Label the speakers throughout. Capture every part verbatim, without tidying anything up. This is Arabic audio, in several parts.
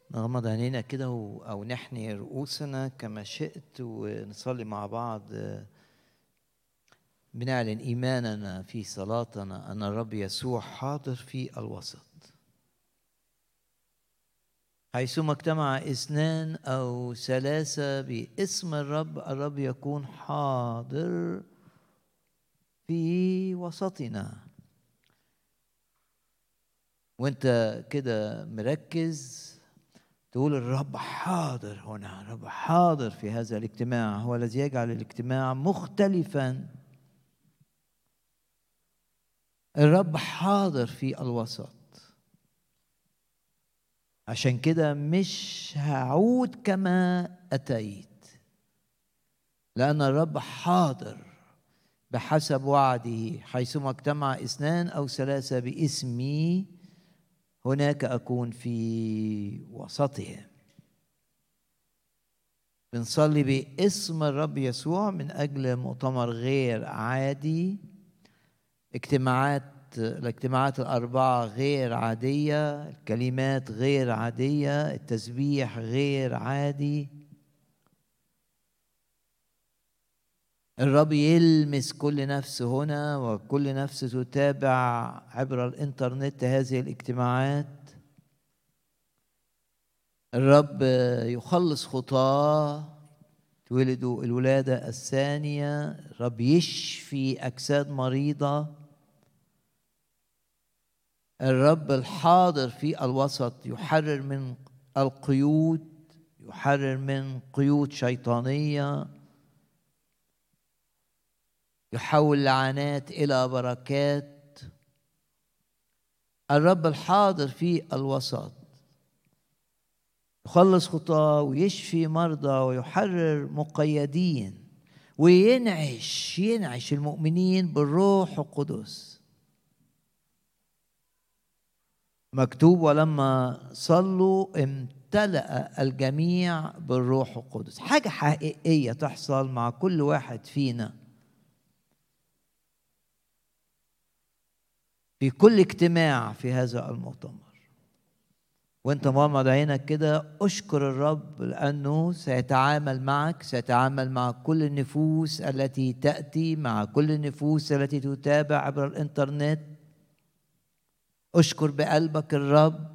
Speaker 1: نغمض عينينا كده أو نحني رؤوسنا كما شئت ونصلي مع بعض. بنعلن إيماننا في صلاتنا أن الرب يسوع حاضر في الوسط. حيثما اجتمع اثنان أو ثلاثة باسم الرب، الرب يكون حاضر في وسطنا. وانت كده مركز تقول الرب حاضر هنا، الرب حاضر في هذا الاجتماع، هو الذي يجعل الاجتماع مختلفا. الرب حاضر في الوسط. عشان كده مش هعود كما أتيت، لأن الرب حاضر بحسب وعده. حيثما اجتمع اثنان أو ثلاثة باسمي هناك أكون في وسطهم. بنصلي باسم الرب يسوع من أجل مؤتمر غير عادي، اجتماعات الاجتماعات الأربعة غير عادية، الكلمات غير عادية، التسبيح غير عادي. الرب يلمس كل نفس هنا، وكل نفس تتابع عبر الإنترنت هذه الاجتماعات. الرب يخلص خطاه تولدوا الولادة الثانية. الرب يشفي أجساد مريضة. الرب الحاضر في الوسط يحرر من القيود، يحرر من قيود شيطانية، يحول لعنات إلى بركات. الرب الحاضر في الوسط يخلص خطاه ويشفي مرضى ويحرر مقيدين، وينعش ينعش المؤمنين بالروح القدس. مكتوب ولما صلوا امتلأ الجميع بالروح القدس. حاجة حقيقية تحصل مع كل واحد فينا في كل اجتماع في هذا المؤتمر. وانت مغمض عينك كده اشكر الرب لأنه سيتعامل معك، سيتعامل مع كل النفوس التي تأتي، مع كل النفوس التي تتابع عبر الانترنت. اشكر بقلبك الرب.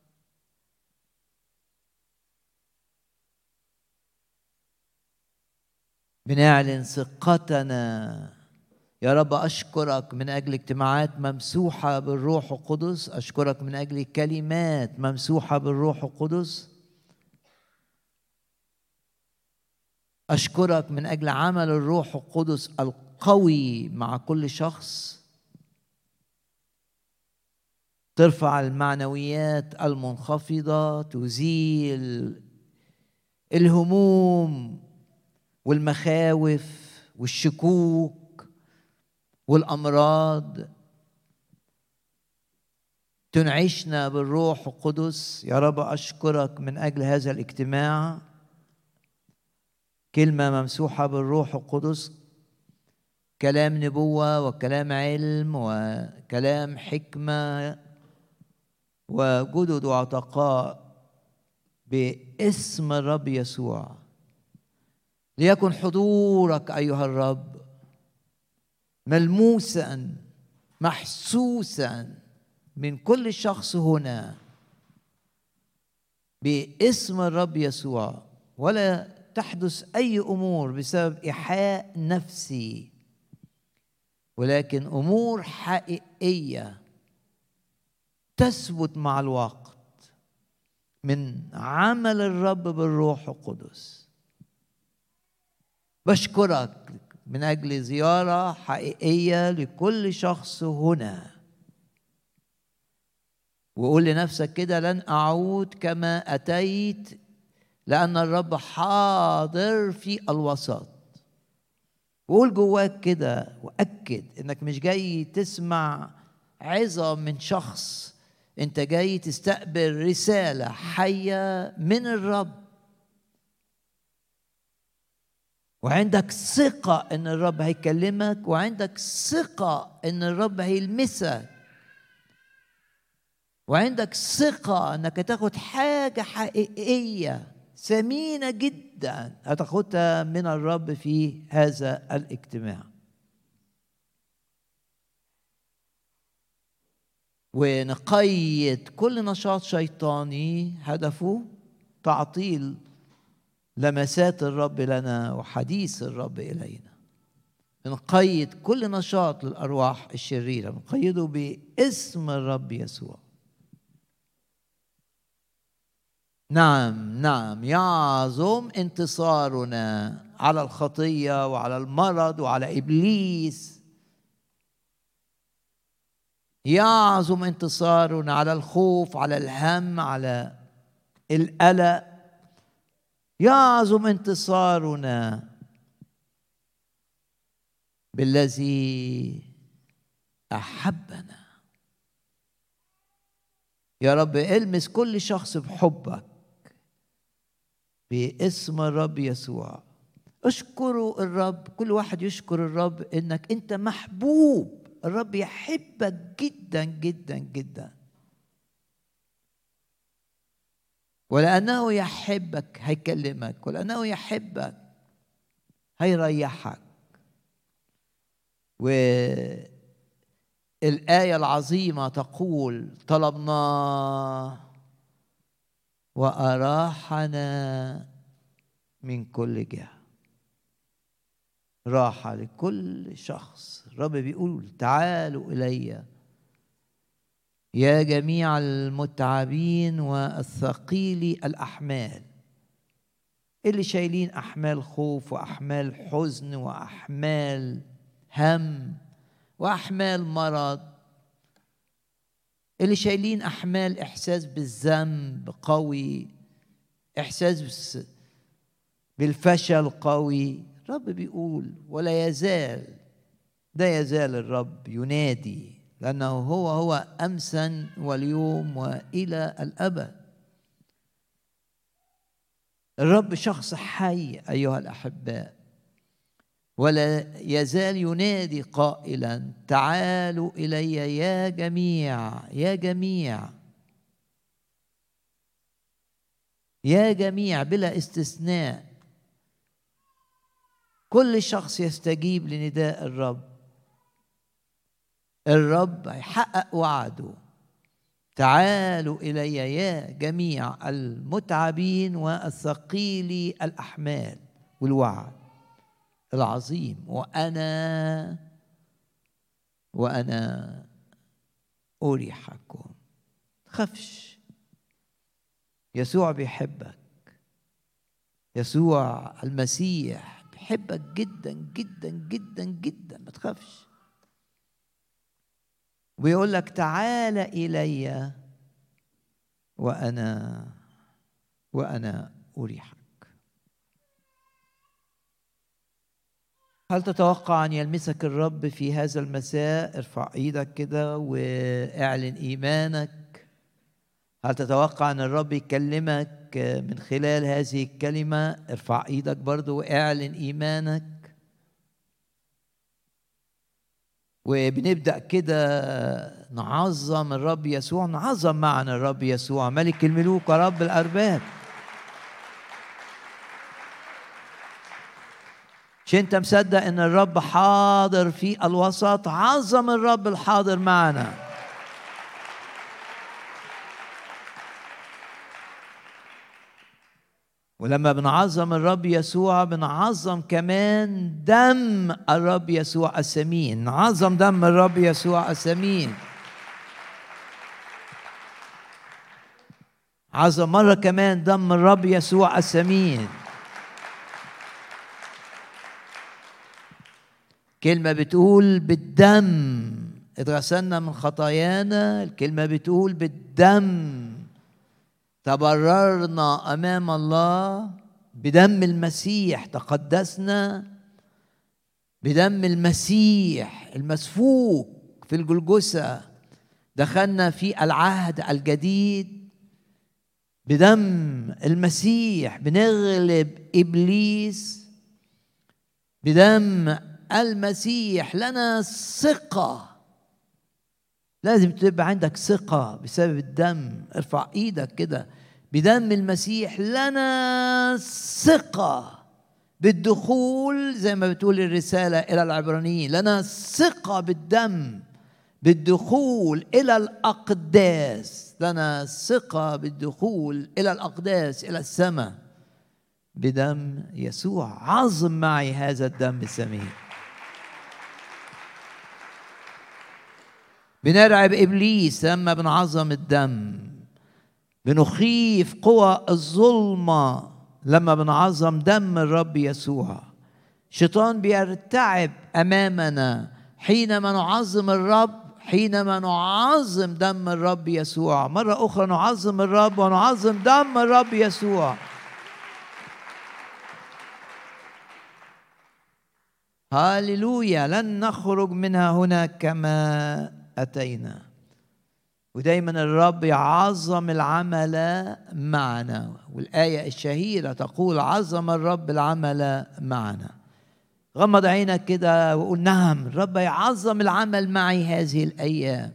Speaker 1: بنعلن ثقتنا. يا رب أشكرك من أجل اجتماعات ممسوحة بالروح القدس، أشكرك من أجل كلمات ممسوحة بالروح القدس، أشكرك من أجل عمل الروح القدس القوي مع كل شخص. ترفع المعنويات المنخفضة، تزيل الهموم والمخاوف والشكوك والأمراض، تنعشنا بالروح القدس. يا رب أشكرك من أجل هذا الاجتماع. كلمة ممسوحة بالروح القدس، كلام نبوة وكلام علم وكلام حكمة وجدد وعتقاء باسم الرب يسوع. ليكن حضورك أيها الرب ملموسا محسوسا من كل شخص هنا باسم الرب يسوع. ولا تحدث أي أمور بسبب إيحاء نفسي، ولكن أمور حقيقية تثبت مع الوقت من عمل الرب بالروح القدس. بشكرك من أجل زيارة حقيقية لكل شخص هنا. وقول لنفسك كده لن أعود كما أتيت، لأن الرب حاضر في الوسط. وقول جواك كده وأكد إنك مش جاي تسمع عظة من شخص، أنت جاي تستقبل رسالة حية من الرب، وعندك ثقة إن الرب هيكلمك، وعندك ثقة إن الرب هيلمسك، وعندك ثقة انك تاخد حاجة حقيقية ثمينة جدا هتاخدها من الرب في هذا الاجتماع. ونقيد كل نشاط شيطاني هدفه تعطيل لمسات الرب لنا وحديث الرب إلينا. نقيد كل نشاط للأرواح الشريرة، نقيده باسم الرب يسوع. نعم نعم يعظم انتصارنا على الخطية وعلى المرض وعلى إبليس. يعظم انتصارنا على الخوف، على الهم، على القلق. يعظم انتصارنا بالذي أحبنا. يا رب المس كل شخص بحبك باسم الرب يسوع. اشكروا الرب، كل واحد يشكر الرب انك انت محبوب. الرب يحبك جدا جدا جدا، ولأنه يحبك هيكلمك، ولأنه يحبك هيريحك. والآية العظيمة تقول طلبناه وأراحنا من كل جهة. راحة لكل شخص. الرب بيقول تعالوا إلي يا جميع المتعبين والثقيلي الأحمال، اللي شايلين أحمال خوف وأحمال حزن وأحمال هم وأحمال مرض، اللي شايلين أحمال إحساس بالذنب قوي، إحساس بالفشل قوي. الرب بيقول ولا يزال، لا يزال الرب ينادي، لأنه هو هو أمسا واليوم وإلى الأبد. الرب شخص حي أيها الأحباء، ولا يزال ينادي قائلا تعالوا إلي يا جميع يا جميع يا جميع بلا استثناء. كل شخص يستجيب لنداء الرب. الرب هيحقق وعده. تعالوا إلي يا جميع المتعبين والثقيلي الأحمال، والوعد العظيم وأنا وأنا أريحكم. تخافش، يسوع بيحبك. يسوع المسيح بيحبك جدا جدا جدا جدا. ما تخافش. ويقول لك تعال إلي وأنا وأنا أريحك. هل تتوقع أن يلمسك الرب في هذا المساء؟ ارفع ايدك كده واعلن إيمانك. هل تتوقع أن الرب يكلمك من خلال هذه الكلمة؟ ارفع ايدك برضو واعلن إيمانك. وبنبدأ كده نعظم الرب يسوع. نعظم معنا الرب يسوع ملك الملوك ورب الأرباب. مش انت مصدق ان الرب حاضر في الوسط؟ عظم الرب الحاضر معنا. ولما بنعظم الرب يسوع بنعظم كمان دم الرب يسوع الثمين. نعظم دم الرب يسوع الثمين. عظم مرة كمان دم الرب يسوع الثمين. كلمة بتقول بالدم اتغسلنا من خطايانا. الكلمة بتقول بالدم تبررنا أمام الله. بدم المسيح تقدسنا. بدم المسيح المسفوك في الجلجثة دخلنا في العهد الجديد. بدم المسيح بنغلب إبليس. بدم المسيح لنا ثقة لازم تبقى عندك ثقة بسبب الدم. ارفع ايدك كده. بدم المسيح لنا ثقة بالدخول، زي ما بتقول الرسالة إلى العبرانيين، لنا ثقة بالدم بالدخول إلى الأقداس. لنا ثقة بالدخول إلى الأقداس، إلى السماء، بدم يسوع. عظم معي هذا الدم الثمين. بنرعب إبليس لما بنعظم الدم. بنخيف قوى الظلمة لما بنعظم دم الرب يسوع. الشيطان بيرتعب أمامنا حينما نعظم الرب، حينما نعظم دم الرب يسوع. مرة أخرى نعظم الرب ونعظم دم الرب يسوع. هاليلويا. لن نخرج منها هنا كما أتينا. ودايما الرب يعظم العمل معنا، والآية الشهيرة تقول عظم الرب العمل معنا. غمض عينك كده وقول نعم، الرب يعظم العمل معي هذه الأيام.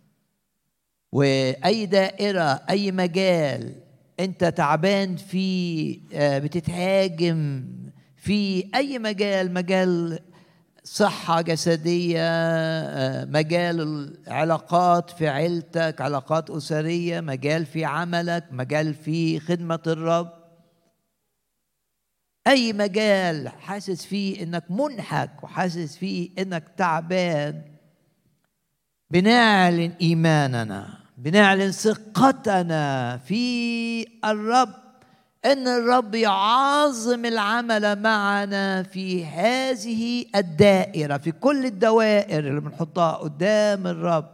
Speaker 1: وأي دائرة، أي مجال أنت تعبان فيه، بتتهاجم في أي مجال، مجال صحة جسدية، مجال العلاقات في عيلتك، علاقات أسرية، مجال في عملك، مجال في خدمة الرب، أي مجال حاسس فيه إنك منحك وحاسس فيه إنك تعبان، بنعلن إيماننا، بنعلن ثقتنا في الرب، إن الرب يعظم العمل معنا في هذه الدائرة، في كل الدوائر اللي بنحطها قدام الرب.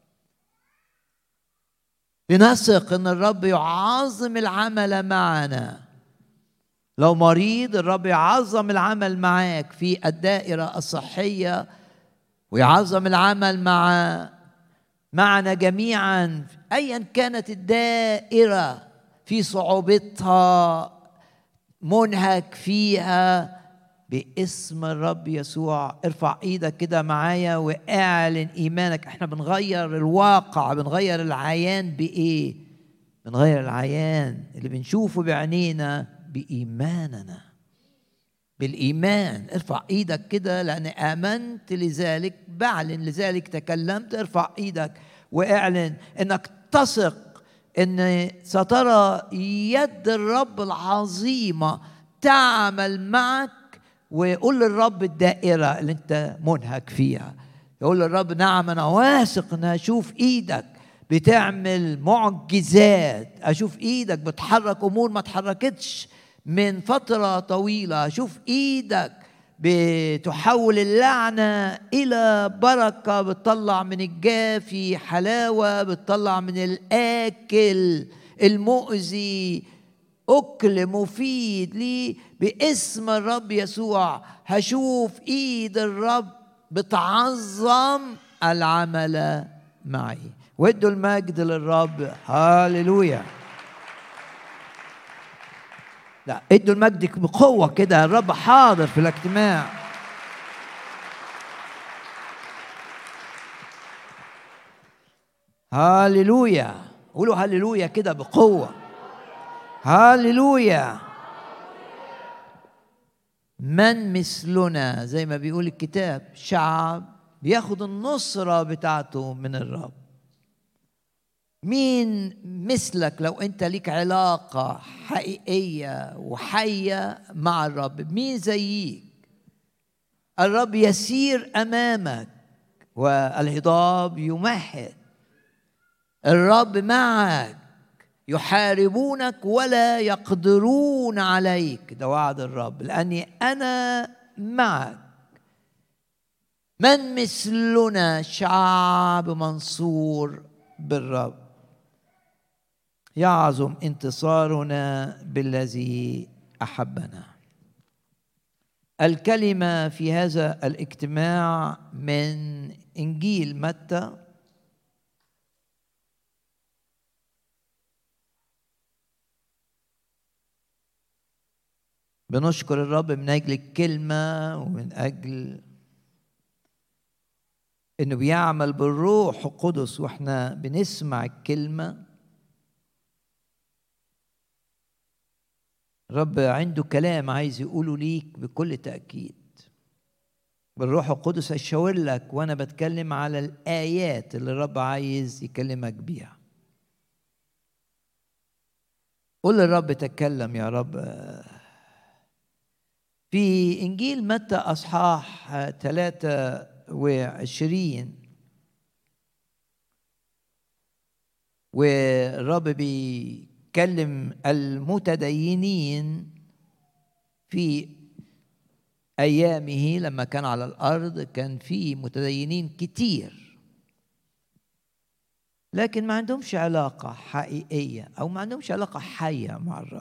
Speaker 1: بنثق إن الرب يعظم العمل معنا. لو مريض، الرب يعظم العمل معاك في الدائرة الصحية، ويعظم العمل مع معنا جميعا أيا كانت الدائرة في صعوبتها، منهك فيها، باسم الرب يسوع. ارفع ايدك كده معايا واعلن ايمانك. احنا بنغير الواقع، بنغير العيان بايه؟ بنغير العيان اللي بنشوفه بعينينا بايماننا، بالايمان. ارفع ايدك كده، لان امنت لذلك بعلن، لذلك تكلمت. ارفع ايدك واعلن انك تثق ان سترى يد الرب العظيمة تعمل معك. وقول للرب الدائرة اللي انت منهك فيها، يقول للرب نعم انا واثق ان اشوف ايدك بتعمل معجزات، اشوف ايدك بتحرك امور ما اتحركتش من فترة طويلة، اشوف ايدك بتحول اللعنة إلى بركة، بتطلع من الجافي حلاوة، بتطلع من الآكل المؤذي أكل مفيد لي باسم الرب يسوع. هشوف إيد الرب بتعظم العمل معي. وادوا المجد للرب. هاليلويا. لا، ادوا المجد بقوة كده، الرب حاضر في الاجتماع. هاليلويا. قولوا هاليلويا كده بقوة. هاليلويا. من مثلنا، زي ما بيقول الكتاب، شعب بياخد النصرة بتاعته من الرب. مين مثلك لو انت ليك علاقة حقيقية وحية مع الرب؟ مين زيك؟ الرب يسير أمامك والهضاب يمهد. الرب معك، يحاربونك ولا يقدرون عليك. ده وعد الرب، لأني أنا معك. من مثلنا شعب منصور بالرب. يعظم انتصارنا بالذي أحبنا. الكلمة في هذا الاجتماع من إنجيل متى بنشكر الرب من أجل الكلمة ومن أجل إنه بيعمل بالروح القدس وإحنا بنسمع الكلمة. الرب عنده كلام عايز يقوله ليك بكل تأكيد بالروح القدس. هشاور لك وأنا بتكلم على الآيات اللي الرب عايز يكلمك بيها. قول للرب تكلم يا رب. في إنجيل متى أصحاح ثلاثة وعشرين والرب بيكلم المتدينين في أيامه لما كان على الأرض. كان في متدينين كتير لكن ما عندهمش علاقة حقيقية أو ما عندهمش علاقة حية مع الرب.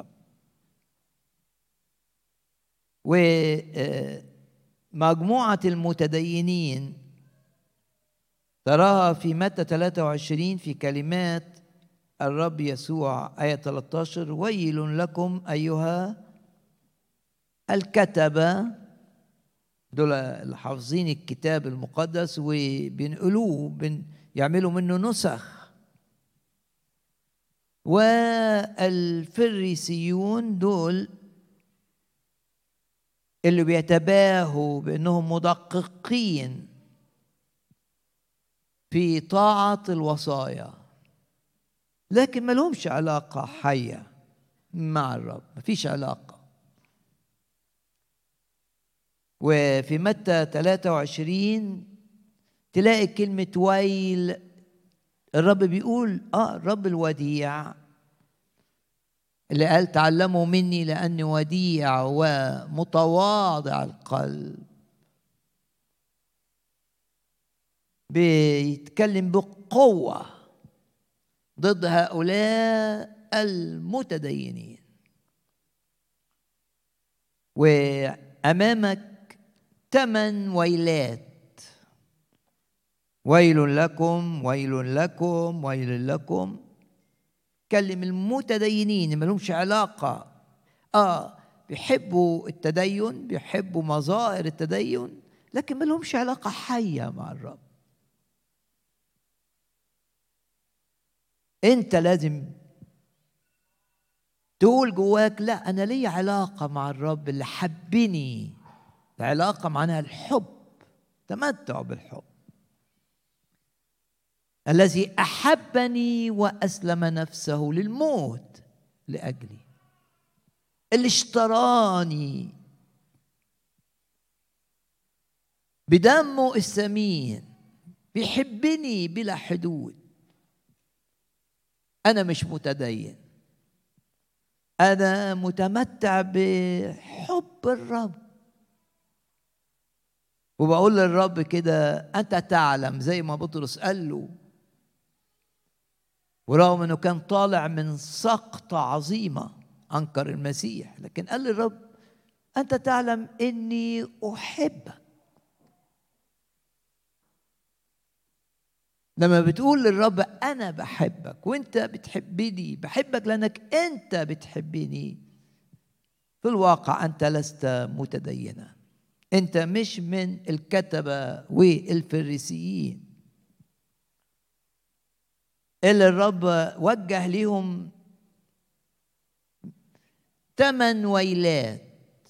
Speaker 1: ومجموعة المتدينين تراها في متى ثلاثة وعشرين في كلمات الرب يسوع آية ثلاثة عشر: ويل لكم أيها الكتبة. دول اللي حافظين الكتاب المقدس وبينقلوه يعملوا منه نسخ. والفريسيون دول اللي بيتباهوا بأنهم مدققين في طاعة الوصايا لكن ما لهمش علاقة حية مع الرب. ما فيش علاقة. وفي متى ثلاثة وعشرين تلاقي كلمة ويل. الرب بيقول آه الرب الوديع اللي قال تعلموا مني لأني وديع ومتواضع القلب، بيتكلم بقوة ضد هؤلاء المتدينين. وأمامك ثمان ويلات: ويل لكم ويل لكم ويل لكم. كلم المتدينين ما لهمش علاقة. آه بيحبوا التدين، بيحبوا مظاهر التدين، لكن ما لهمش علاقة حية مع الرب. أنت لازم تقول جواك لا، أنا لي علاقة مع الرب اللي حبني. العلاقة معناها الحب، تمتع بالحب. الذي أحبني وأسلم نفسه للموت لأجلي، اللي اشتراني بدمه الثمين، بيحبني بلا حدود. أنا مش متدين، أنا متمتع بحب الرب. وبقول للرب كده أنت تعلم، زي ما بطرس قال له، ورغم أنه كان طالع من سقطة عظيمة أنكر المسيح، لكن قال للرب أنت تعلم إني أحبك. لما بتقول للرب أنا بحبك وأنت بتحبني، بحبك لأنك أنت بتحبني، في الواقع أنت لست متدينا. أنت مش من الكتبة والفريسيين اللي الرب وجه لهم ثمان ويلات.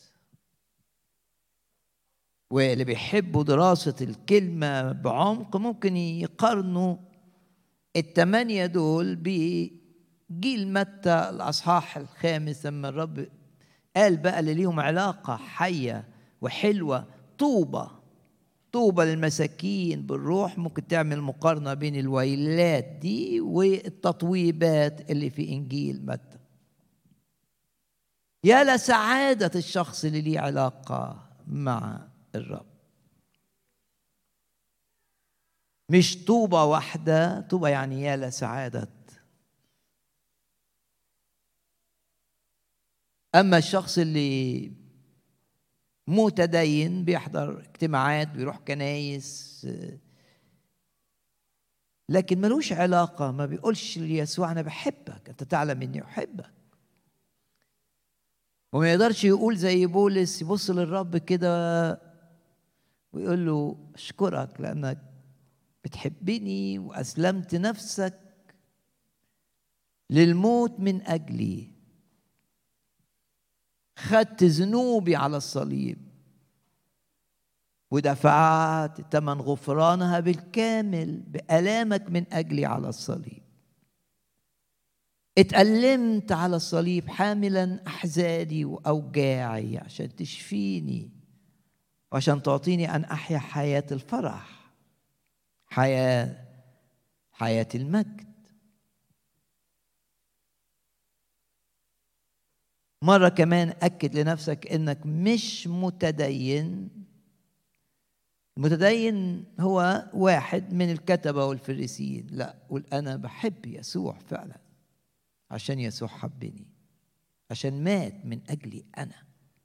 Speaker 1: واللي بيحبوا دراسة الكلمة بعمق ممكن يقارنوا الثمانية دول بجيل متى الأصحاح الخامس، لما الرب قال بقى اللي ليهم علاقة حية وحلوة طوبى طوبى للمساكين بالروح. ممكن تعمل مقارنة بين الويلات دي والتطويبات اللي في إنجيل متى. يا لسعادة الشخص اللي ليه علاقة مع الرب. مش طوبة واحدة، طوبة يعني يا لسعادة. أما الشخص اللي متدين بيحضر اجتماعات، بيروح كنايس، لكن ملوش علاقة، ما بيقولش ليسوع أنا بحبك، أنت تعلم إني أحبك. وما يقدرش يقول زي بولس يبص للرب كده ويقول له أشكرك لأنك بتحبني وأسلمت نفسك للموت من أجلي، خدت ذنوبي على الصليب ودفعت ثمن غفرانها بالكامل بآلامك من أجلي على الصليب. اتألمت على الصليب حاملا أحزاني وأوجاعي عشان تشفيني وعشان تعطيني أن أحيا حياة الفرح، حياة حياة المجد. مرة كمان أكد لنفسك إنك مش متدين. المتدين هو واحد من الكتبة والفريسيين، لا، قول أنا بحب يسوع فعلا عشان يسوع حبني، عشان مات من أجلي أنا.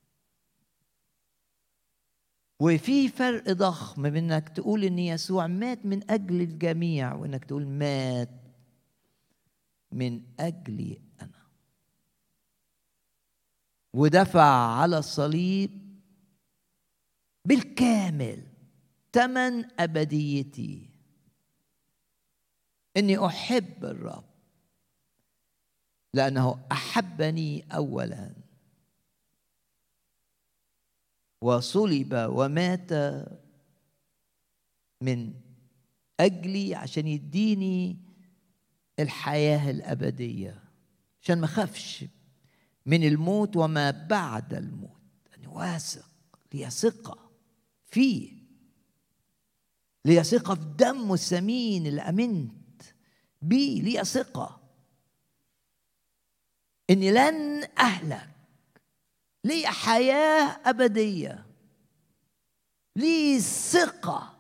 Speaker 1: وفي فرق ضخم بين انك تقول ان يسوع مات من اجل الجميع وانك تقول مات من اجلي انا، ودفع على الصليب بالكامل ثمن ابديتي، اني احب الرب لانه احبني اولا وصلب ومات من أجلي عشان يديني الحياة الأبدية، عشان ما خافش من الموت وما بعد الموت. أنا واثق، لي ثقة فيه، لي ثقة في دمه الثمين اللي أمنت بيه، لي ثقة إني لن أهلك، لي حياة أبدية، لي ثقة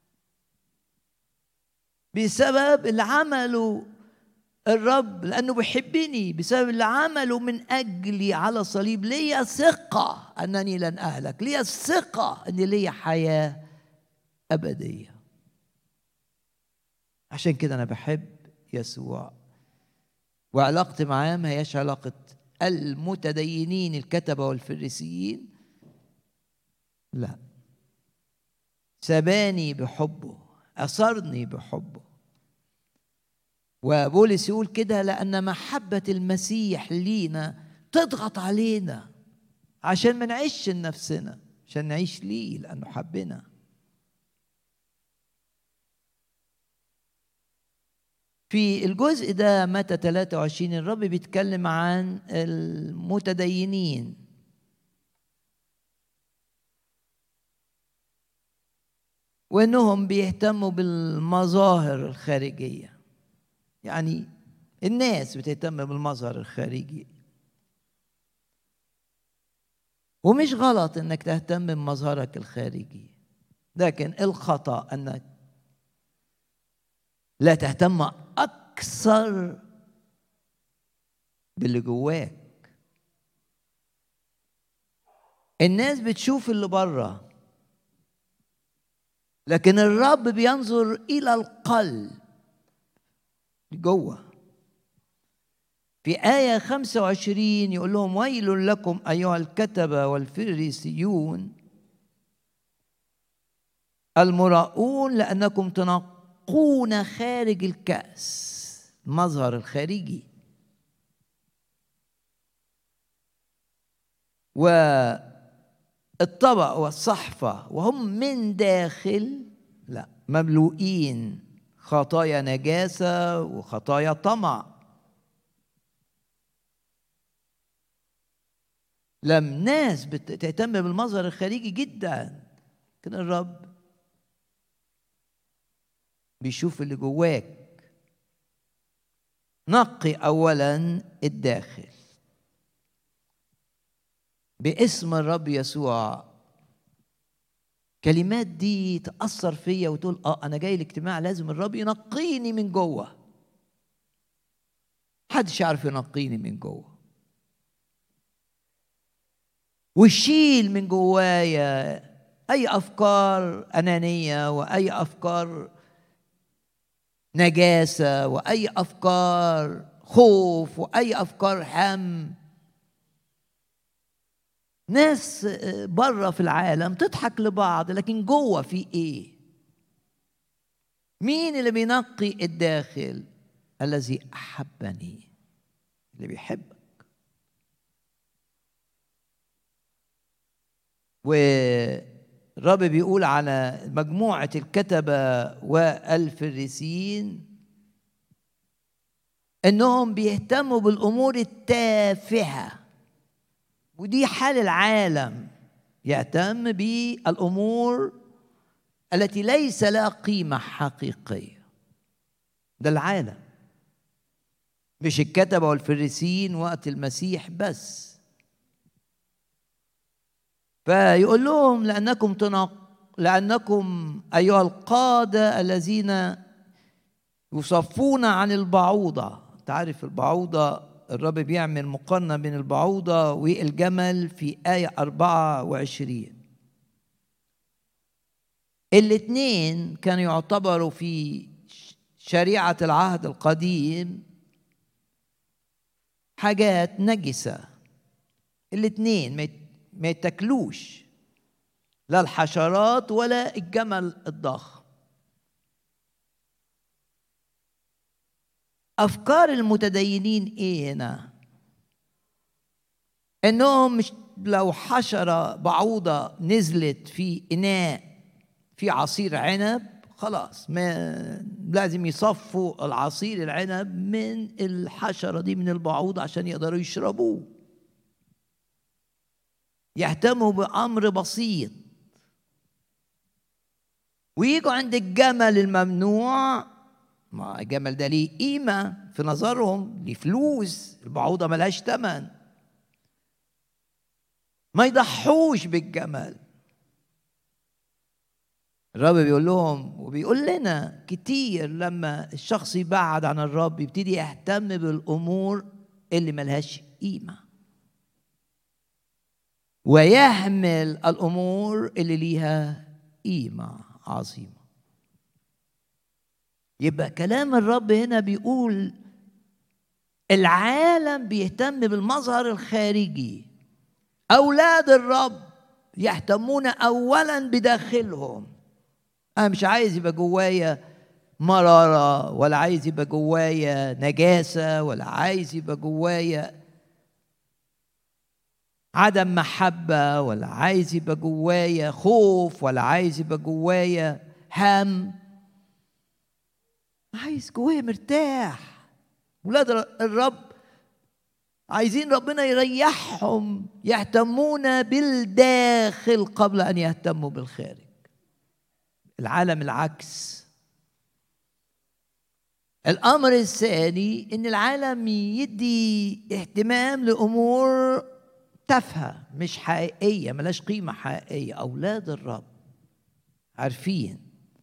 Speaker 1: بسبب اللي عمله الرب، لأنه بيحبني، بسبب اللي عمله من أجلي على الصليب. لي ثقة أنني لن أهلك، لي ثقة أن لي حياة أبدية. عشان كده أنا بحب يسوع، وعلاقتي معاه ما هياش علاقة المتدينين الكتبة والفريسيين، لا، سباني بحبه، أسرني بحبه. وبولس يقول كده لأن محبة المسيح لينا تضغط علينا عشان ما نعيش لنفسنا، عشان نعيش ليه لأنه حبنا. في الجزء ده متى ثلاثة وعشرين الرب بيتكلم عن المتدينين، وإنهم بيهتموا بالمظاهر الخارجية، يعني الناس بتهتم بالمظهر الخارجي، ومش غلط إنك تهتم بمظهرك الخارجي، لكن الخطأ أنك لا تهتم أكثر باللي جواك. الناس بتشوف اللي بره، لكن الرب بينظر إلى القلب جوه. في آية خمسة وعشرين يقول لهم ويل لكم أيها الكتبة والفريسيون المراؤون لأنكم تنقون خارج الكأس، المظهر الخارجي، والطبق والصحفة، وهم من داخل لا مملوئين خطايا نجاسة وخطايا طمع. لم ناس بتهتم بالمظهر الخارجي جدا، لكن الرب بيشوف اللي جواك. نقي أولا الداخل باسم الرب يسوع. كلمات دي تأثر فيا وتقول اه أنا جاي الاجتماع لازم الرب ينقيني من جوه. محدش يعرف ينقيني من جوه، ويشيل من جوايا أي أفكار أنانية وأي أفكار نجاسة وأي أفكار خوف وأي أفكار هم. ناس بره في العالم تضحك لبعض، لكن جوه في إيه؟ مين اللي بينقي الداخل؟ الذي أحبني، اللي بيحبك. والرب بيقول على مجموعة الكتبة والفريسيين إنهم بيهتموا بالأمور التافهة، ودي حال العالم، يهتم بالأمور التي ليس لها قيمة حقيقية. ده العالم، مش الكتبة والفريسيين وقت المسيح بس. فيقول لهم لأنكم تنق... لأنكم أيها القادة الذين يصفون عن البعوضة. تعرف البعوضة، الرب بيعمل مقارنة بين البعوضة والجمل في آية أربعة وعشرين. الاثنين كانوا يعتبروا في شريعة العهد القديم حاجات نجسة. الاثنين ما يتاكلوش، لا الحشرات ولا الجمل الضخم. أفكار المتدينين إيه هنا؟ إنهم مش لو حشرة بعوضة نزلت في إناء في عصير عنب خلاص ما لازم يصفوا العصير العنب من الحشرة دي، من البعوضة، عشان يقدروا يشربوه. يهتموا بأمر بسيط. ويجوا عند الجمل الممنوع، ما الجمل ده ليه قيمة في نظرهم، ليه فلوس، البعوضة ملهاش تمن، ما يضحوش بالجمل. الرب بيقول لهم وبيقول لنا كتير، لما الشخص يبعد عن الرب يبتدي يهتم بالأمور اللي ملهاش قيمة، ويهمل الأمور اللي ليها قيمة عظيمة. يبقى كلام الرب هنا بيقول العالم بيهتم بالمظهر الخارجي، أولاد الرب يهتمون أولا بداخلهم. أنا مش عايز يبقى جوايا مرارة، ولا عايز يبقى جوايا نجاسة، ولا عايز يبقى جوايا عدم محبة، ولا عايز يبقى جوايا خوف، ولا عايز يبقى جوايا هم. عايز جوايا مرتاح. ولاد الرب عايزين ربنا يريحهم، يهتمون بالداخل قبل أن يهتموا بالخارج. العالم العكس. الأمر الثاني إن العالم يدي اهتمام لأمور تافهة مش حقيقية، ملاش قيمة حقيقية. أولاد الرب عارفين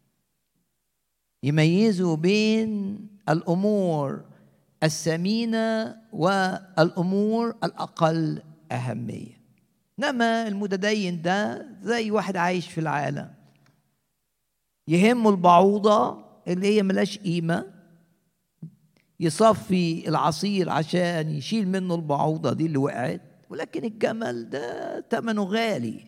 Speaker 1: يميزوا بين الأمور الثمينة والأمور الأقل أهمية. إنما المتدين ده زي واحد عايش في العالم، يهمه البعوضة اللي هي ملاش قيمة، يصفي العصير عشان يشيل منه البعوضة دي اللي وقعت، ولكن الجمل ده ثمنه غالي.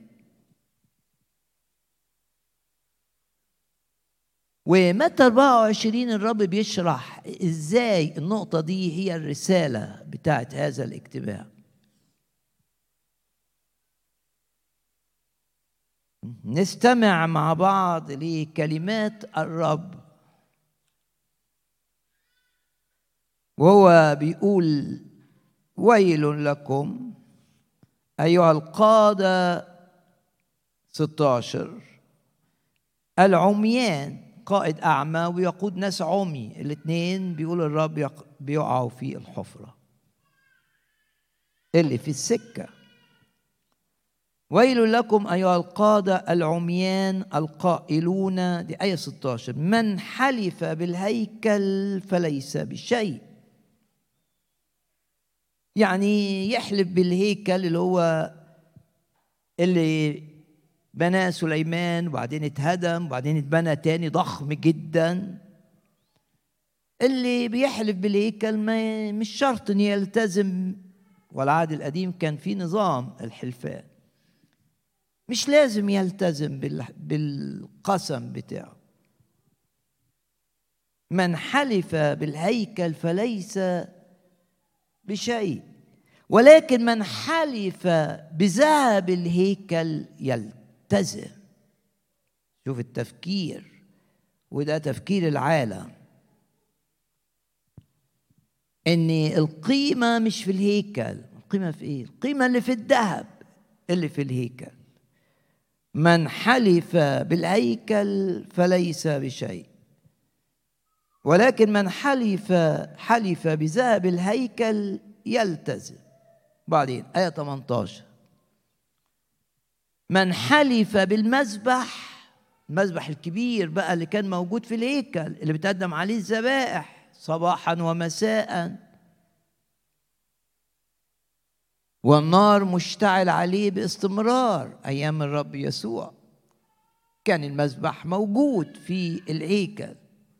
Speaker 1: ومتى أربعة وعشرين الرب بيشرح ازاي النقطة دي هي الرسالة بتاعت هذا الاجتماع. نستمع مع بعض لكلمات الرب وهو بيقول: ويل لكم أيها القادة، ستة عشر، العميان، قائد أعمى ويقود ناس عمي، الاثنين بيقول الرب بيقعوا في الحفرة اللي في السكة. ويل لكم أيها القادة العميان القائلون، دي آية ستة عشر، من حلف بالهيكل فليس بشيء. يعني يحلف بالهيكل اللي هو اللي بنى سليمان وبعدين اتهدم وبعدين اتبنى تاني ضخم جدا. اللي بيحلف بالهيكل ما مش شرط ان يلتزم، والعهد القديم كان فيه نظام الحلفان، مش لازم يلتزم بالقسم بتاعه. من حلف بالهيكل فليس بشيء، ولكن من حلف بذهب الهيكل يلتزم. شوف التفكير، وده تفكير العالم، ان القيمة مش في الهيكل. القيمة في ايه؟ القيمة اللي في الذهب اللي في الهيكل. من حلف بالهيكل فليس بشيء، ولكن من حلف حلف بذهب الهيكل يلتزم. بعدين آية ثمانية عشر، من حلف بالمذبح، المذبح الكبير بقى اللي كان موجود في الهيكل، اللي بتقدم عليه الذبائح صباحا ومساء، والنار مشتعل عليه باستمرار أيام الرب يسوع. كان المذبح موجود في الهيكل.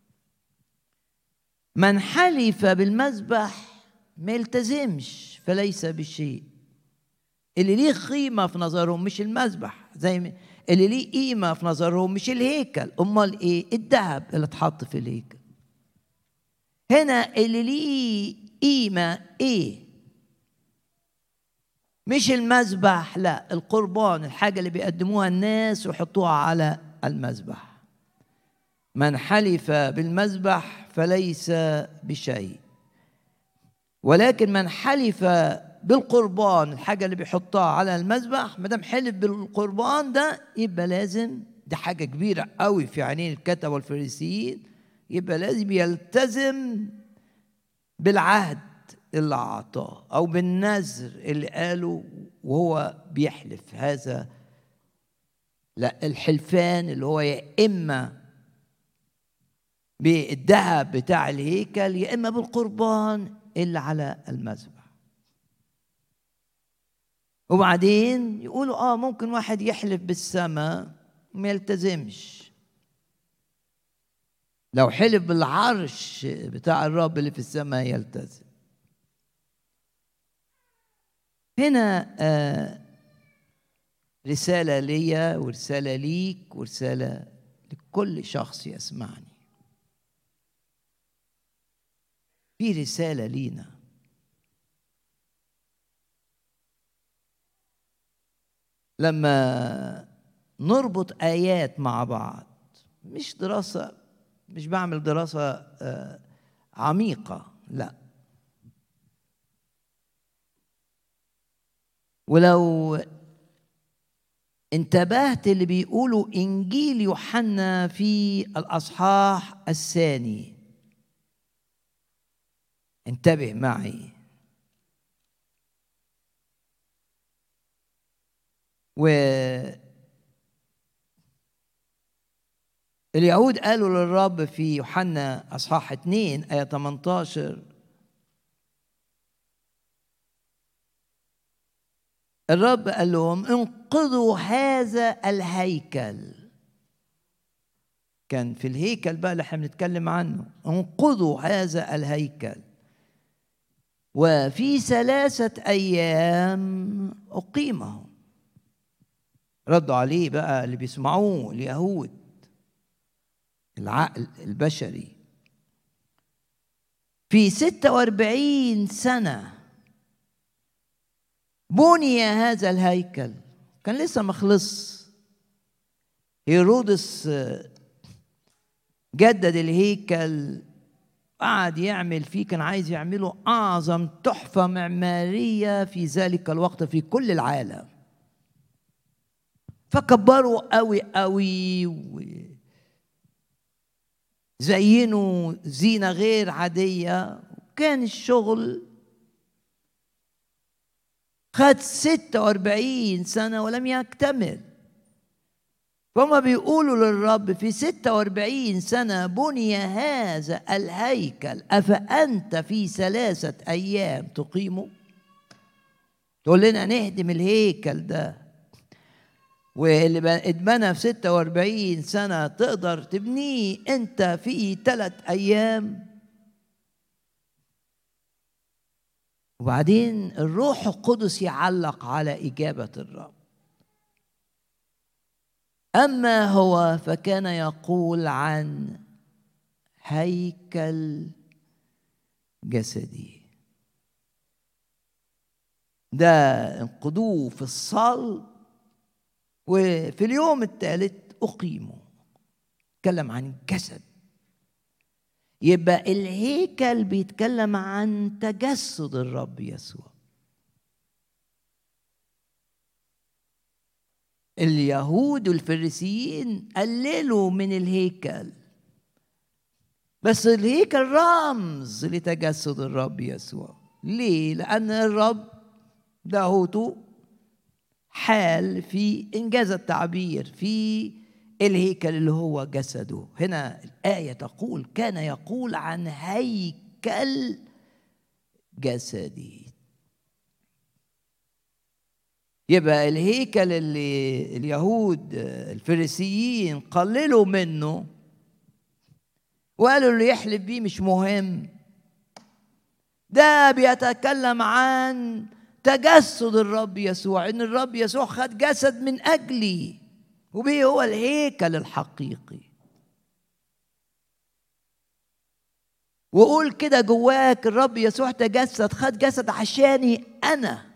Speaker 1: من حلف بالمذبح ما يلتزمش فليس بشيء. اللي ليه قيمة في نظرهم مش المذبح، زي اللي ليه قيمة في نظرهم مش الهيكل، أمال إيه؟ الذهب اللي اتحط في الهيكل. هنا اللي ليه قيمة إيه؟ مش المذبح، لا، القربان، الحاجة اللي بيقدموها الناس ويحطوها على المذبح. من حلف بالمذبح فليس بشيء، ولكن من حلف بالقربان، الحاجة اللي بيحطها على المذبح، ما دام حلف بالقربان ده يبقى لازم، دي حاجة كبيرة قوي في عينين الكتبة والفريسيين، يبقى لازم يلتزم بالعهد اللي أعطاه أو بالنذر اللي قاله وهو بيحلف. هذا لا، الحلفان اللي هو يا إما بالذهب بتاع الهيكل يا إما بالقربان اللي على المذبح. وبعدين يقولوا آه ممكن واحد يحلف بالسماء ما يلتزمش. لو حلف بالعرش بتاع الرب اللي في السماء يلتزم. هنا آه رسالة ليا ورسالة ليك ورسالة لكل شخص يسمعني. في رسالة لينا. لما نربط آيات مع بعض، مش دراسة، مش بعمل دراسة آه عميقة، لا، ولو انتبهت اللي بيقولوا إنجيل يوحنا في الأصحاح الثاني، انتبه معي. و اليهود قالوا للرب في يوحنا أصحاح اثنين آية ثمانية عشر، الرب قال لهم انقضوا هذا الهيكل. كان في الهيكل بقى اللي احنا بنتكلم عنه، انقضوا هذا الهيكل وفي ثلاثة أيام أقيمه. ردوا عليه بقى اللي بيسمعوه اليهود، العقل البشري. في ستة وأربعين سنة بني هذا الهيكل، كان لسه ما خلص. هيرودس جدد الهيكل، قعد يعمل فيه، كان عايز يعمله أعظم تحفة معمارية في ذلك الوقت في كل العالم. فكبروا قوي قوي وزينوا زينة غير عادية. كان الشغل خد ستة وأربعين سنة ولم يكتمل. فهم بيقولوا للرب في ستة وأربعين سنة بني هذا الهيكل، أفأنت في ثلاثة أيام تقيمه؟ تقول لنا نهدم الهيكل ده واللي اتبنى في ستة وأربعين سنة تقدر تبنيه أنت في ثلاث أيام؟ وبعدين الروح القدس يعلق على إجابة الرب. أما هو فكان يقول عن هيكل جسدي. ده انقضوه في الصلب، وفي اليوم الثالث أقيمه. اتكلم عن جسد. يبقى الهيكل بيتكلم عن تجسد الرب يسوع. اليهود والفريسيين قللوا من الهيكل، بس الهيكل رمز لتجسد الرب يسوع. ليه؟ لأن الرب لاهوته حال في إنجاز التعبير في الهيكل اللي هو جسده. هنا الآية تقول كان يقول عن هيكل جسدي. يبقى الهيكل اللي اليهود الفريسيين قللوا منه وقالوا اللي يحلف بيه مش مهم، ده بيتكلم عن تجسد الرب يسوع، ان الرب يسوع خد جسد من اجلي وبيه هو الهيكل الحقيقي. وقول كده جواك الرب يسوع تجسد، خد جسد عشاني انا،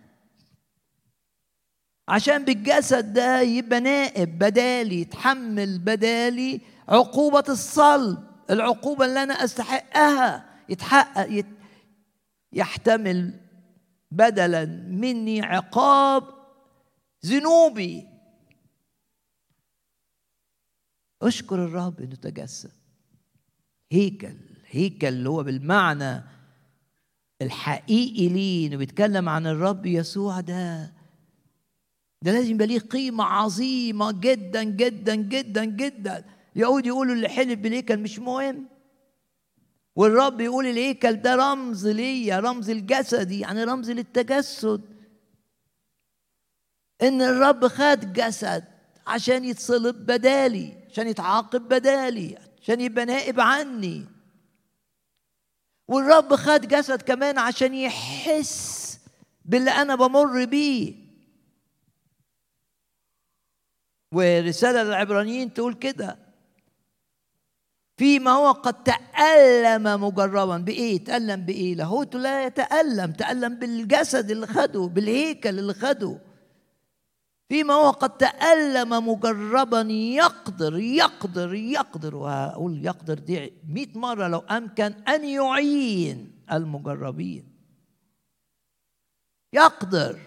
Speaker 1: عشان بالجسد ده يبقى نائب بدالي، يتحمل بدالي عقوبة الصلب، العقوبة اللي أنا أستحقها، يتحقق يت يحتمل بدلا مني عقاب ذنوبي. أشكر الرب إنه تجسد. هيكل، هيكل اللي هو بالمعنى الحقيقي ليه، إنه بيتكلم عن الرب يسوع. ده ده لازم يبقى ليه قيمة عظيمة جدا جدا جدا جدا. اليهود يقولوا اللي حلف بالهيكل مش مهم، والرب يقول الهيكل ده رمز ليا، رمز الجسدي، يعني رمز للتجسد. ان الرب خد جسد عشان يتصلب بدالي، عشان يتعاقب بدالي، عشان يبقى نائب عني. والرب خد جسد كمان عشان يحس باللي انا بمر بيه. ورسالة للعبرانيين تقول كده فيما هو قد تألم مجربا. بإيه؟ تألم بإيه؟ لاهوته لا يتألم، تألم بالجسد اللي خده، بالهيكل اللي خده. فيما هو قد تألم مجربا يقدر يقدر يقدر وهقول يقدر دي مئة مرة لو أمكن أن يعين المجربين. يقدر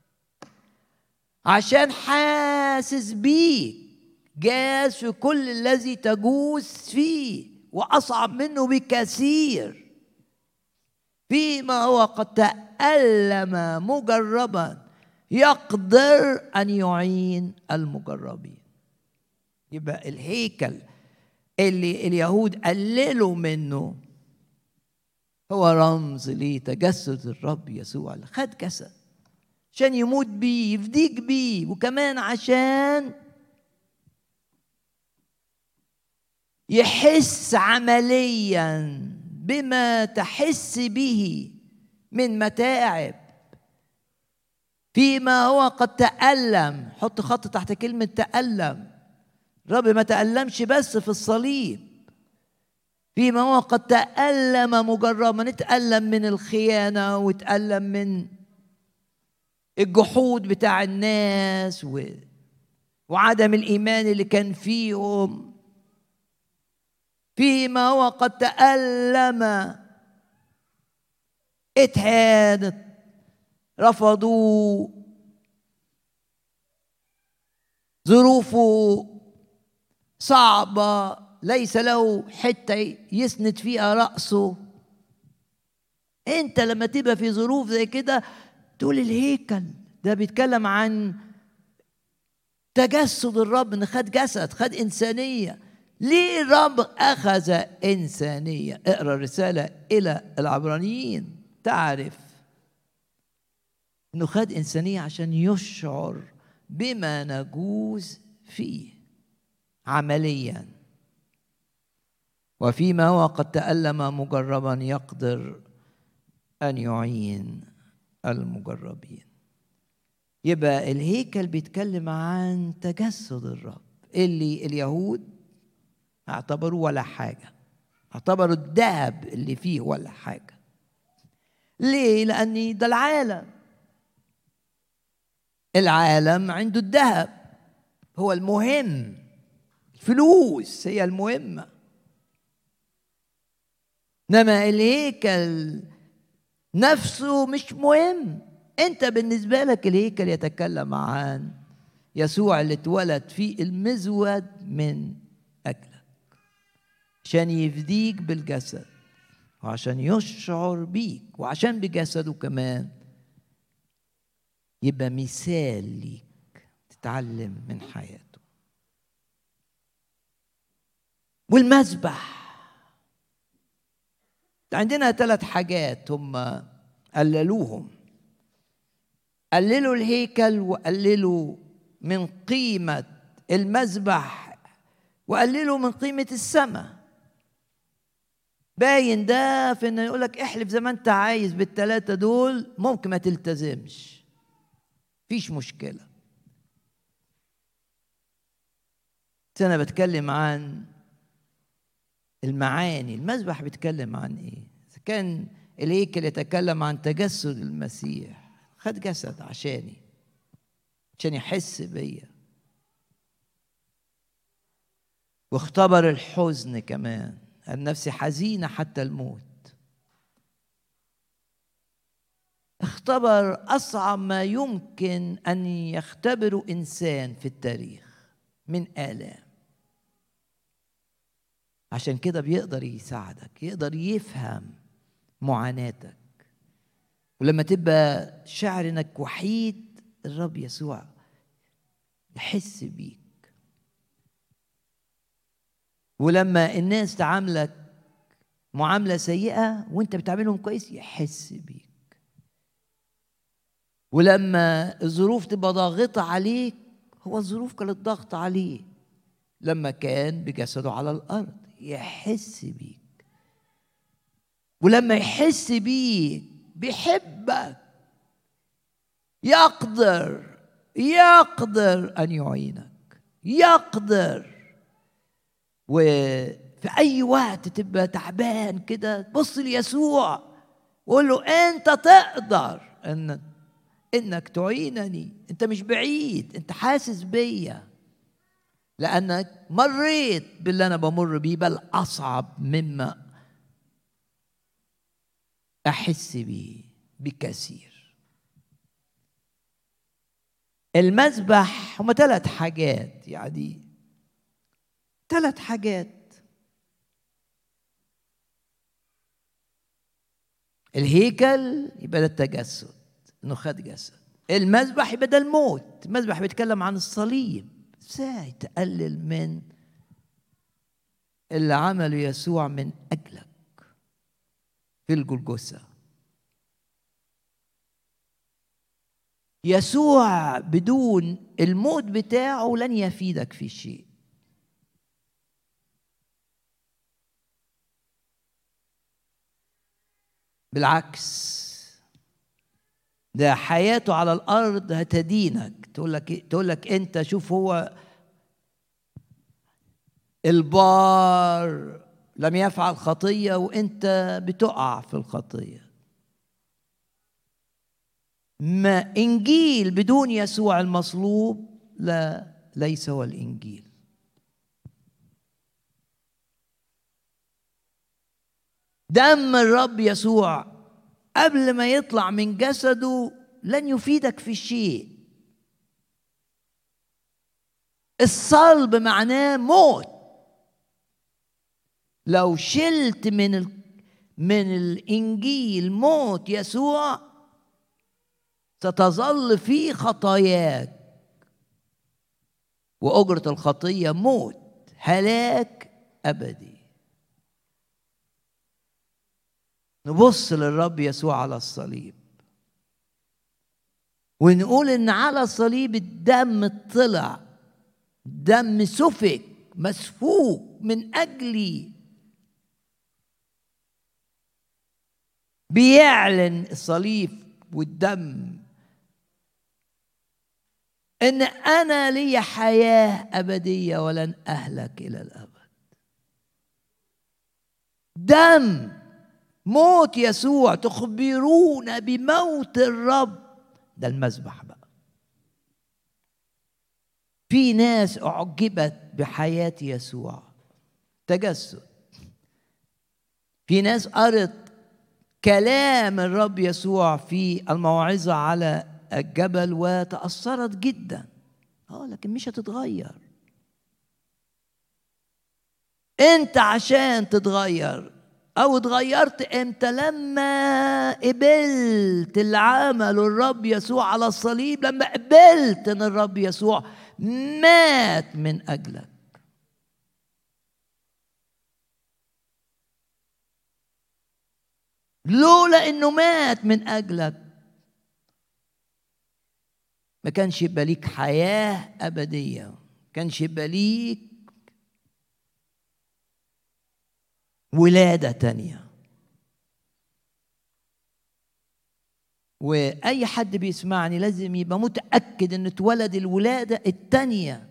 Speaker 1: عشان حاسس بيك، جاز في كل الذي تجوز فيه وأصعب منه بكثير. فيما هو قد تألم مجربا يقدر أن يعين المجربين. يبقى الهيكل اللي اليهود قللوا منه هو رمز لتجسد الرب يسوع اللي خد جسد عشان يموت بيه، يفديك بيه، وكمان عشان يحس عمليا بما تحس به من متاعب. فيما هو قد تألم، حط خط تحت كلمة تألم. الرب ما تألمش بس في الصليب، فيما هو قد تألم مجربا. نتألم من الخيانة، وتألم من الجحود بتاع الناس و... وعدم الإيمان اللي كان فيهم. فيما هو قد تألم، اتهانت، رفضوا، ظروفه صعبة، ليس له حتة يسند فيها رأسه. انت لما تبقى في ظروف زي كده تقول الهيكل ده بيتكلم عن تجسد الرب، ان خد جسد، خد إنسانية. ليه الرب أخذ إنسانية؟ اقرأ الرسالة إلى العبرانيين تعرف إنه خد إنسانية عشان يشعر بما نجوز فيه عمليا. وفيما هو قد تألم مجربا يقدر أن يعين المجربين. يبقى الهيكل بيتكلم عن تجسد الرب اللي اليهود اعتبروه ولا حاجة، اعتبروا الذهب اللي فيه ولا حاجة. ليه؟ لأن ده العالم، العالم عنده الذهب هو المهم، الفلوس هي المهمة. إنما الهيكل نفسه مش مهم. أنت بالنسبة لك الهيكل يتكلم عن يسوع اللي اتولد في المزود من أجلك عشان يفديك بالجسد، وعشان يشعر بيك، وعشان بجسده كمان يبقى مثال ليك تتعلم من حياته. والمذبح عندنا ثلاث حاجات هم قللوهم. قللوا الهيكل، وقللوا من قيمة المذبح، وقللوا من قيمة السماء. باين ده في انه يقول لك احلف زي ما انت عايز بالثلاثة دول، ممكن ما تلتزمش، فيش مشكلة. بس أنا بتكلم عن المعاني. المذبح بيتكلم عن ايه؟ إذا كان الهيكل يتكلم عن تجسد المسيح، خد جسد عشاني عشان يحس بيا، واختبر الحزن كمان، النفس حزينة حتى الموت. اختبر أصعب ما يمكن أن يختبره إنسان في التاريخ من آلام. عشان كده بيقدر يساعدك، يقدر يفهم معاناتك. ولما تبقى شاعر انك وحيد، الرب يسوع يحس بيك. ولما الناس تعاملك معاملة سيئة وانت بتعاملهم كويس، يحس بيك. ولما الظروف تبقى ضاغطة عليك، هو الظروف كانت ضغط عليه لما كان بجسده على الأرض، يحس بيك. ولما يحس بيك بيحبك، يقدر يقدر أن يعينك، يقدر. وفي أي وقت تبقى تعبان كده، تبص ليسوع وقول له أنت تقدر أن إنك تعينني، أنت مش بعيد، أنت حاسس بيا، لأنك مريت باللي أنا بمر بيه، بل أصعب مما أحس به بكثير. المذبح هم ثلاث حاجات، يعني ثلاث حاجات. الهيكل يبقى ده التجسد، انه خد جسد. المذبح يبقى ده الموت. المذبح بيتكلم عن الصليب، ازاي تقلل من اللي عمله يسوع من اجلك في الجلجثة. يسوع بدون الموت بتاعه لن يفيدك في شيء. بالعكس، ده حياته على الارض هتدينك، تقول لك تقول لك انت شوف، هو البار لم يفعل خطيه وانت بتقع في الخطيه. ما انجيل بدون يسوع المصلوب لا ليس هو الانجيل. دم الرب يسوع قبل ما يطلع من جسده لن يفيدك في شيء. الصلب معناه موت. لو شلت من ال... من الانجيل موت يسوع، ستظل في خطاياك، واجرة الخطية موت، هلاك ابدي. نبص للرب يسوع على الصليب ونقول ان على الصليب الدم طلع، دم سفك مسفوك من اجلي. بيعلن الصليب والدم ان انا لي حياة ابدية ولن اهلك الى الابد. دم موت يسوع تخبرون بموت الرب. ده المذبح بقى. في ناس أعجبت بحياة يسوع، تجسد. في ناس قرت كلام الرب يسوع في الموعظة على الجبل وتأثرت جدا، اه لكن مش هتتغير. انت عشان تتغير او اتغيرت امتى؟ لما قبلت اللي عمله الرب يسوع على الصليب، لما قبلت ان الرب يسوع مات من اجلك. لولا انه مات من اجلك ما كانش يبقى ليك حياة أبدية، ما كانش يبقى ليك ولادة تانية. وأي حد بيسمعني لازم يبقى متأكد إن اتولد الولادة التانية،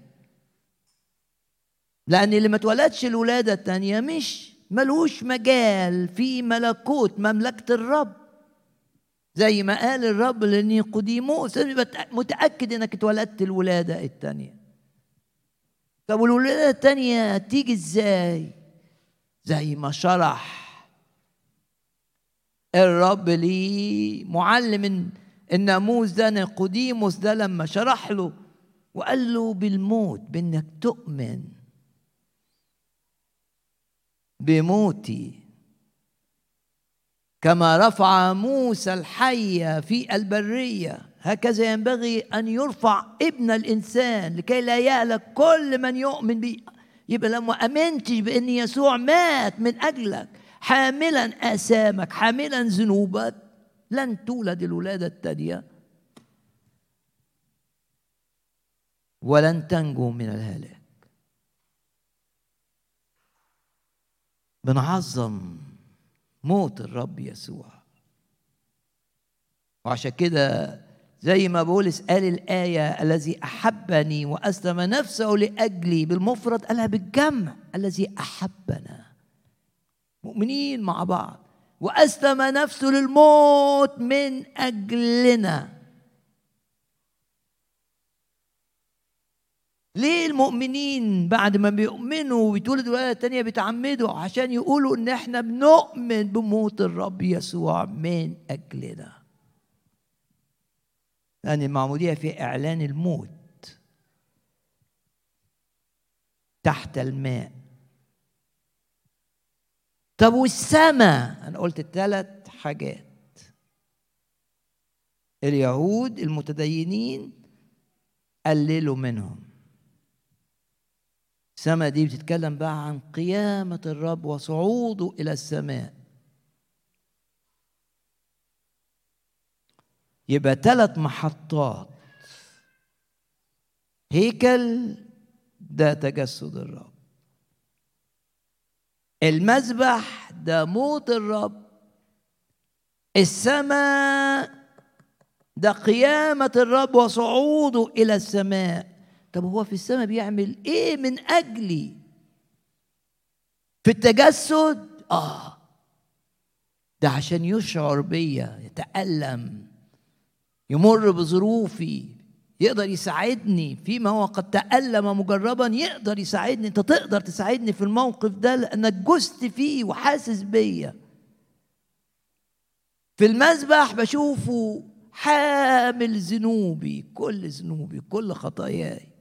Speaker 1: لأن اللي ما اتولدش الولادة التانية مش ملوش مجال في ملكوت مملكة الرب. زي ما قال الرب لنيقوديموس، متأكد إنك اتولدت الولادة التانية. طب والولادة التانية تيجي إزاي؟ زي ما شرح الرب لي معلم الناموس ده نيقوديموس ده، لما شرح له وقال له بالموت، بانك تؤمن بموتي كما رفع موسى الحية في البرية، هكذا ينبغي أن يرفع ابن الإنسان لكي لا يهلك كل من يؤمن به. يبقى لما أمنتش بأن يسوع مات من أجلك حاملا آثامك حاملا ذنوبك، لن تولد الولادة الثانية ولن تنجو من الهلاك. بنعظم موت الرب يسوع، وعشان كده زي ما بولس قال الآية الذي أحبني وأسلم نفسه لأجلي، بالمفرد قالها بالجمع، الذي أحبنا مؤمنين مع بعض وأسلم نفسه للموت من أجلنا. ليه المؤمنين بعد ما بيؤمنوا ويتولدوا الولادة التانية بيتعمدوا؟ عشان يقولوا إن إحنا بنؤمن بموت الرب يسوع من أجلنا. لأن المعمودية في إعلان الموت تحت الماء. طب والسماء؟ أنا قلت الثلاث حاجات. اليهود المتدينين قللوا منهم. السماء دي بتتكلم بقى عن قيامة الرب وصعوده إلى السماء. يبقى ثلاث محطات: هيكل ده تجسد الرب، المذبح ده موت الرب، السماء ده قيامة الرب وصعوده إلى السماء. طب هو في السماء بيعمل إيه من أجلي؟ في التجسد آه ده عشان يشعر بيا، يتألم، يمر بظروفي، يقدر يساعدني فيما هو قد تألم مجربا. يقدر يساعدني. انت تقدر تساعدني في الموقف ده لأنك جزت فيه وحاسس بيا. في المذبح بشوفه حامل ذنوبي، كل ذنوبي، كل خطاياي،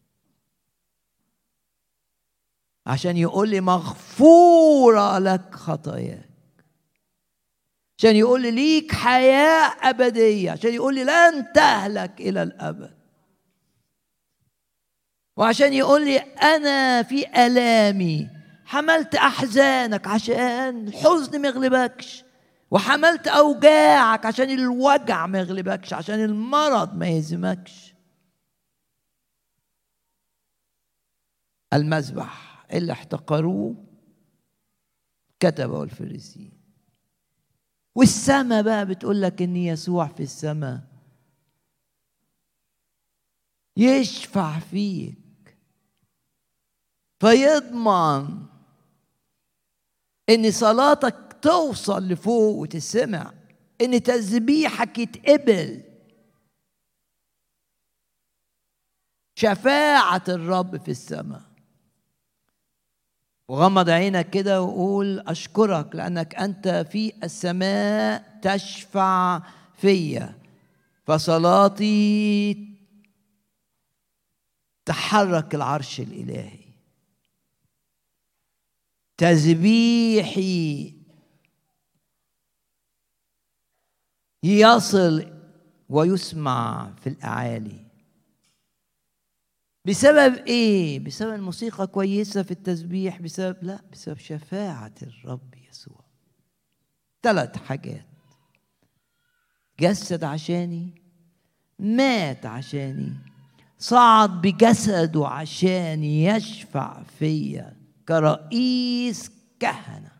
Speaker 1: عشان يقول لي مغفورة لك خطاياك، عشان يقول لي ليك حياة أبدية، عشان يقول لي لن تهلك إلى الأبد، وعشان يقول لي أنا في آلامي حملت أحزانك عشان الحزن ما يغلبكش، وحملت أوجاعك عشان الوجع ما يغلبكش، عشان المرض ما يهزمكش. المذبح اللي احتقروه كتبه والفريسيين. والسماء بقى بتقول لك ان يسوع في السماء يشفع فيك، فيضمن ان صلاتك توصل لفوق وتسمع، ان تسبيحك يتقبل. شفاعة الرب في السماء. وغمض عينك كده وقول أشكرك لأنك أنت في السماء تشفع فيا، فصلاتي تحرك العرش الإلهي، تسبيحي يصل ويسمع في الأعالي. بسبب ايه؟ بسبب الموسيقى كويسة في التسبيح؟ بسبب لا، بسبب شفاعة الرب يسوع. ثلاث حاجات: جسد عشاني، مات عشاني، صعد بجسده عشان يشفع فيا كرئيس كهنة.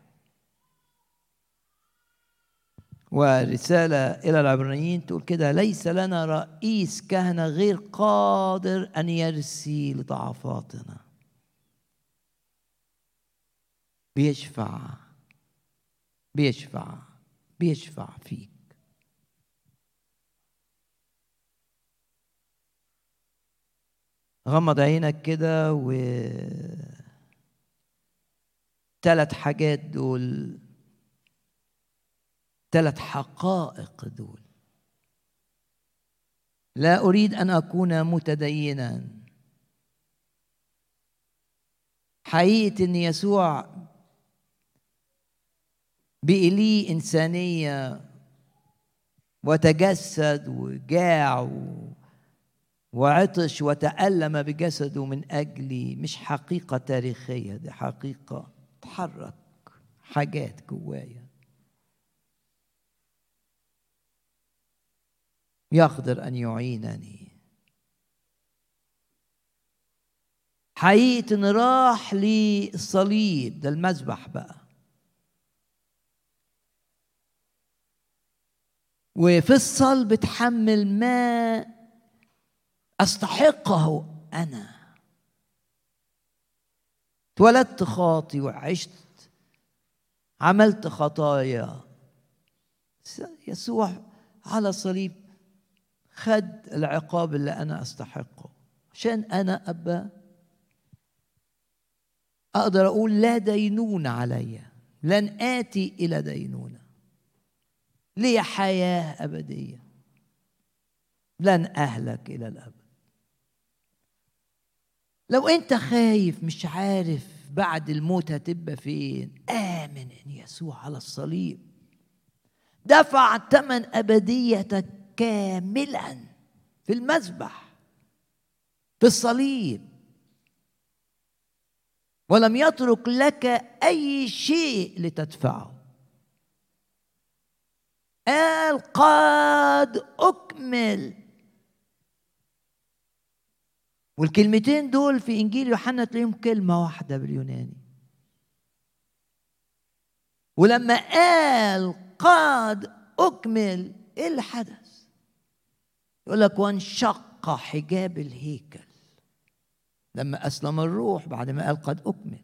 Speaker 1: ورسالة إلى العبرانيين تقول كده: ليس لنا رئيس كهنة غير قادر أن يرثي لضعفاتنا. بيشفع بيشفع بيشفع فيك. غمض عينك كده، و ثلاث حاجات دول، ثلاث حقائق دول. لا أريد أن أكون متدينا. حقيقة أن يسوع بإليه إنسانية وتجسد وجاع وعطش وتألم بجسده من أجلي، مش حقيقة تاريخية، دي حقيقة تحرك حاجات جوايا. يقدر أن يعينني. حقيقة إن راح للصليب، ده المذبح بقى، وفي الصلب تحمل ما أستحقه أنا. اتولدت خاطي وعشت، عملت خطايا. يسوع على الصليب خد العقاب اللي أنا أستحقه عشان أنا أبقى أقدر أقول لا دينونة علي، لن آتي إلى دينونة، لي حياة أبدية، لن أهلك إلى الأبد. لو أنت خايف مش عارف بعد الموت هتبقى فين، آمن إن يسوع على الصليب دفع ثمن أبديتك كاملا في المذبح، في الصليب، ولم يترك لك أي شيء لتدفعه. قال قد أكمل. والكلمتين دول في إنجيل يوحنا تلاقيهم كلمة واحدة باليوناني. ولما قال قد أكمل، إيه اللي حدث؟ يقول لك وانشق حجاب الهيكل لما أسلم الروح بعد ما قال قد أكمل.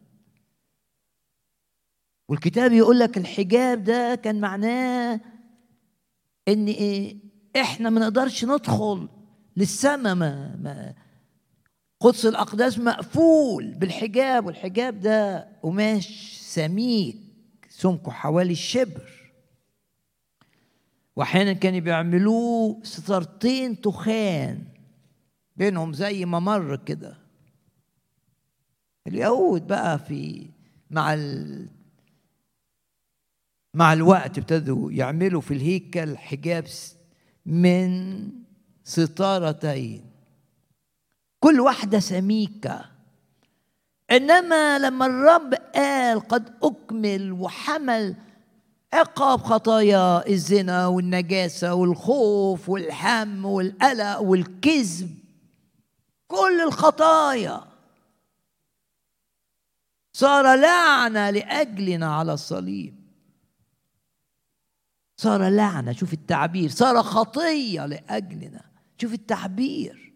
Speaker 1: والكتاب يقول لك الحجاب ده كان معناه إن إيه؟ إحنا ما نقدرش ندخل للسماء، ما, ما قدس الأقداس مقفول بالحجاب. والحجاب ده قماش سميك سمكه حوالي الشبر، وأحيانا كانوا بيعملوه ستارتين تخان بينهم زي ممر كده. اليهود بقى في مع ال مع الوقت ابتدوا يعملوا في الهيكل حجاب من ستارتين كل واحدة سميكة. إنما لما الرب قال قد أكمل وحمل عقاب خطايا الزنا والنجاسة والخوف والهم والقلق والكذب، كل الخطايا، صار لعنة لأجلنا على الصليب. صار لعنة، شوف التعبير، صار خطية لأجلنا، شوف التعبير.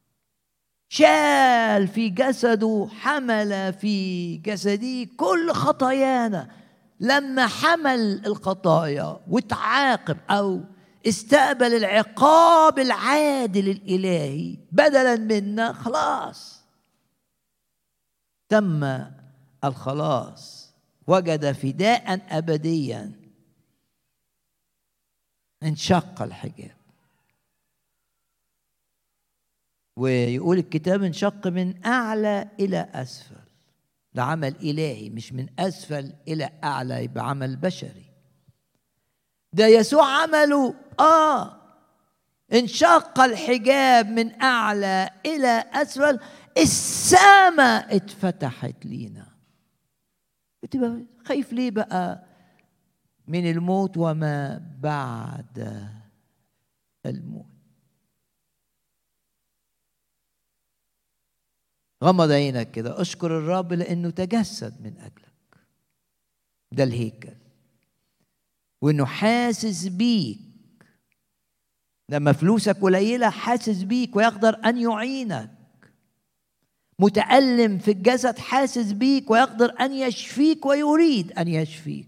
Speaker 1: شال في جسده، حمل في جسده كل خطايانا لما حمل الخطايا وتعاقب أو استقبل العقاب العادل الإلهي بدلا منا، خلاص تم الخلاص، وجد فداء أبديا، انشق الحجاب. ويقول الكتاب انشق من أعلى إلى أسفل، ده عمل إلهي، مش من أسفل إلى أعلى يبقى عمل بشري. ده يسوع عمله آه انشق الحجاب من أعلى إلى أسفل، السماء اتفتحت لينا. بتبقى خايف ليه بقى من الموت وما بعد الموت؟ غمض عينك كده، اشكر الرب لأنه تجسد من أجلك، ده الهيكل، وإنه حاسس بيك لما فلوسك قليلة، حاسس بيك ويقدر أن يعينك. متألم في الجسد، حاسس بيك ويقدر أن يشفيك ويريد أن يشفيك.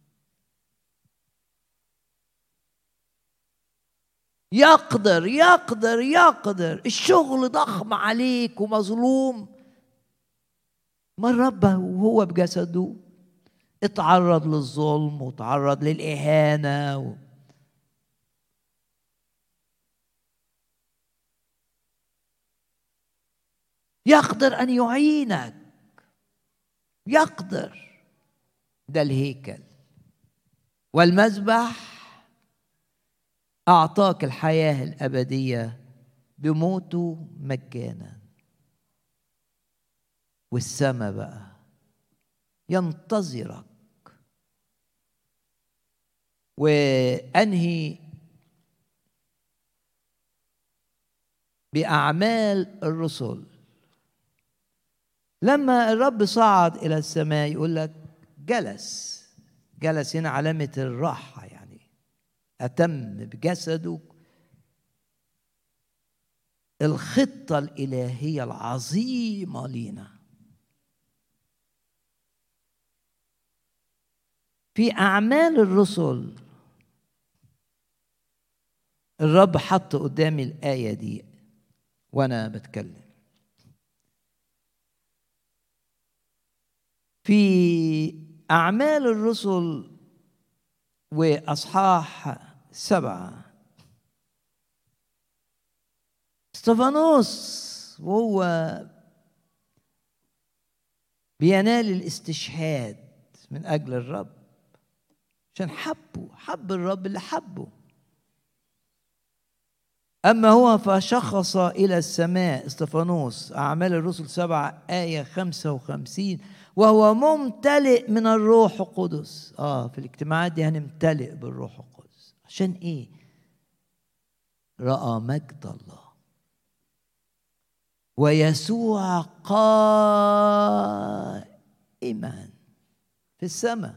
Speaker 1: يقدر يقدر يقدر. الشغل ضخم عليك ومظلوم، ما الرب وهو بجسده اتعرض للظلم وتعرض للإهانة و... يقدر أن يعينك، يقدر. ده الهيكل والمذبح أعطاك الحياة الأبدية بموته مجانا، والسماء بقى ينتظرك. وأنهي بأعمال الرسل. لما الرب صعد إلى السماء يقول لك جلس، جلس هنا علامة الراحة، يعني أتم بجسده الخطة الإلهية العظيمة لينا. في أعمال الرسل الرب حط قدامي الآية دي وأنا بتكلم. في أعمال الرسل وأصحاح سبعة، استفانوس وهو بينال الاستشهاد من أجل الرب، عشان حبه، حب الرب اللي حبه. أما هو فشخص إلى السماء، استفانوس، أعمال الرسل سبعة آية خمسة وخمسين، وهو ممتلئ من الروح القدس. آه في الاجتماعات دي هنمتلئ بالروح القدس. عشان إيه؟ رأى مجد الله ويسوع قائما في السماء.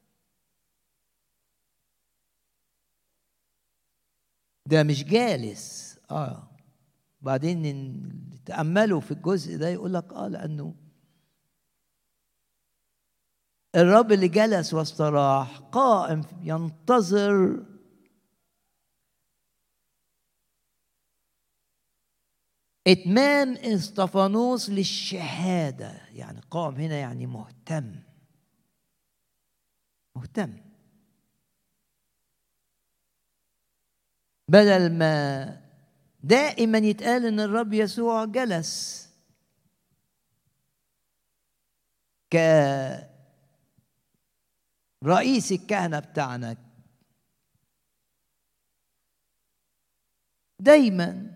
Speaker 1: ده مش جالس. اه بعدين تأملوا في الجزء ده يقول لك اه لأنه الرب اللي جلس واستراح قائم ينتظر إتمام استفانوس للشهادة. يعني قائم هنا يعني مهتم، مهتم، بدل ما دائما يتقال ان الرب يسوع جلس كرئيس الكهنة بتاعنا دايما.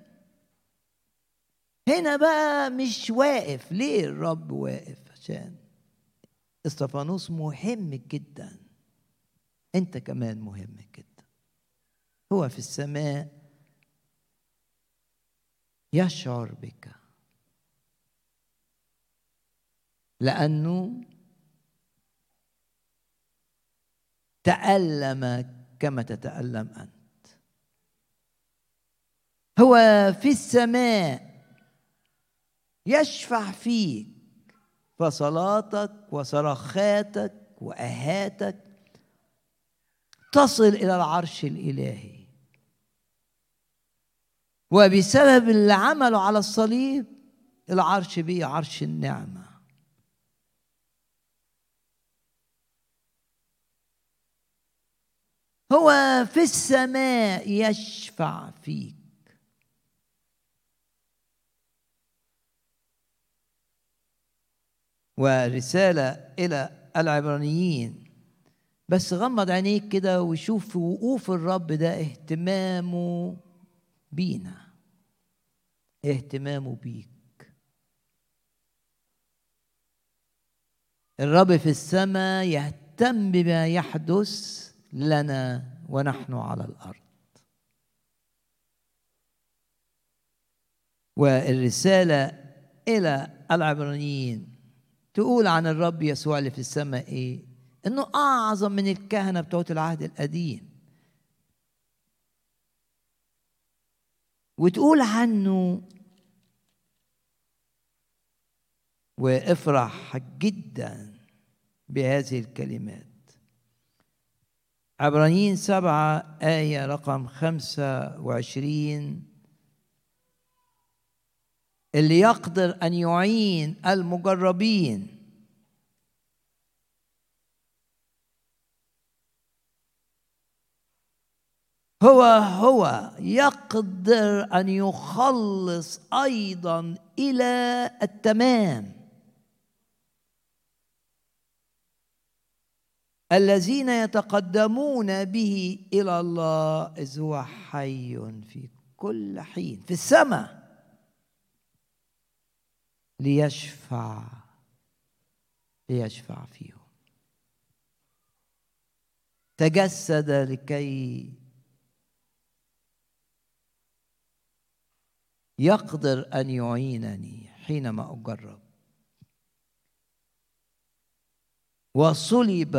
Speaker 1: هنا بقى مش واقف. ليه الرب واقف؟ عشان استفانوس مهم جدا، انت كمان مهم جدا. هو في السماء يشعر بك لأنه تألم كما تتألم أنت. هو في السماء يشفع فيك، فصلاتك وصرخاتك وأهاتك تصل إلى العرش الإلهي. وبسبب اللي عمله على الصليب العرش بيه عرش النعمة. هو في السماء يشفع فيك. ورسالة إلى العبرانيين، بس غمض عينيك كده وشوف وقوف الرب ده اهتمامه بينا، اهتمامه بيك. الرب في السماء يهتم بما يحدث لنا ونحن على الأرض. والرسالة إلى العبرانيين تقول عن الرب يسوع اللي في السماء إيه؟ إنه أعظم من الكهنة بتوع العهد القديم. وتقول عنه وافرح جدا بهذه الكلمات. عبرانيين سبعة آية رقم خمسة وعشرين: اللي يقدر أن يعين المجربين هو هو يقدر أن يخلص أيضا إلى التمام الذين يتقدمون به إلى الله إذ هو حي في كل حين في السماء ليشفع ليشفع فيهم. تجسد لكي يقدر أن يعينني حينما أجرب، وصلب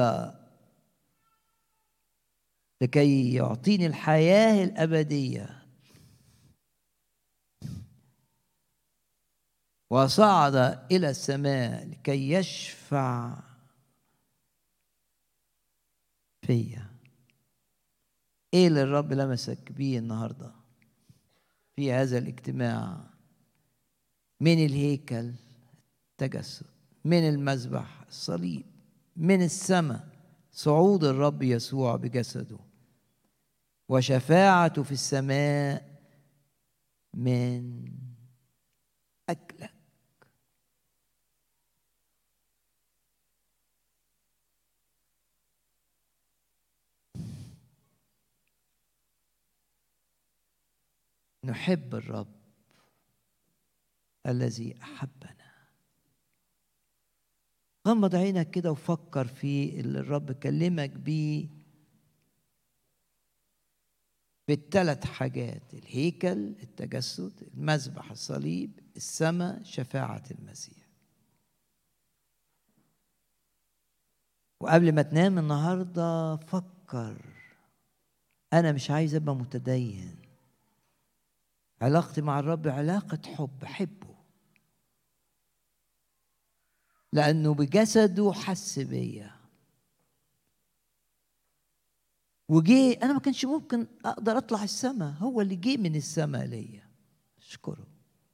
Speaker 1: لكي يعطيني الحياة الأبدية، وصعد إلى السماء لكي يشفع فيا. إيه اللي الرب لمسك بيه النهاردة في هذا الاجتماع؟ من الهيكل التجسد، من المذبح الصليب، من السماء صعود الرب يسوع بجسده، وشفاعته في السماء من أجلك. نحب الرب الذي أحبنا. غمض عينك كده وفكر في اللي الرب كلمك بيه بالثلاث حاجات: الهيكل التجسد، المذبح الصليب، السماء شفاعة المسيح. وقبل ما تنام النهارده فكر، أنا مش عايز أبقى متدين. علاقتي مع الرب علاقة حب، حبه لأنه بجسده حس بيا وجي. أنا ما كانش ممكن أقدر أطلع السماء، هو اللي جه من السماء ليا، أشكره.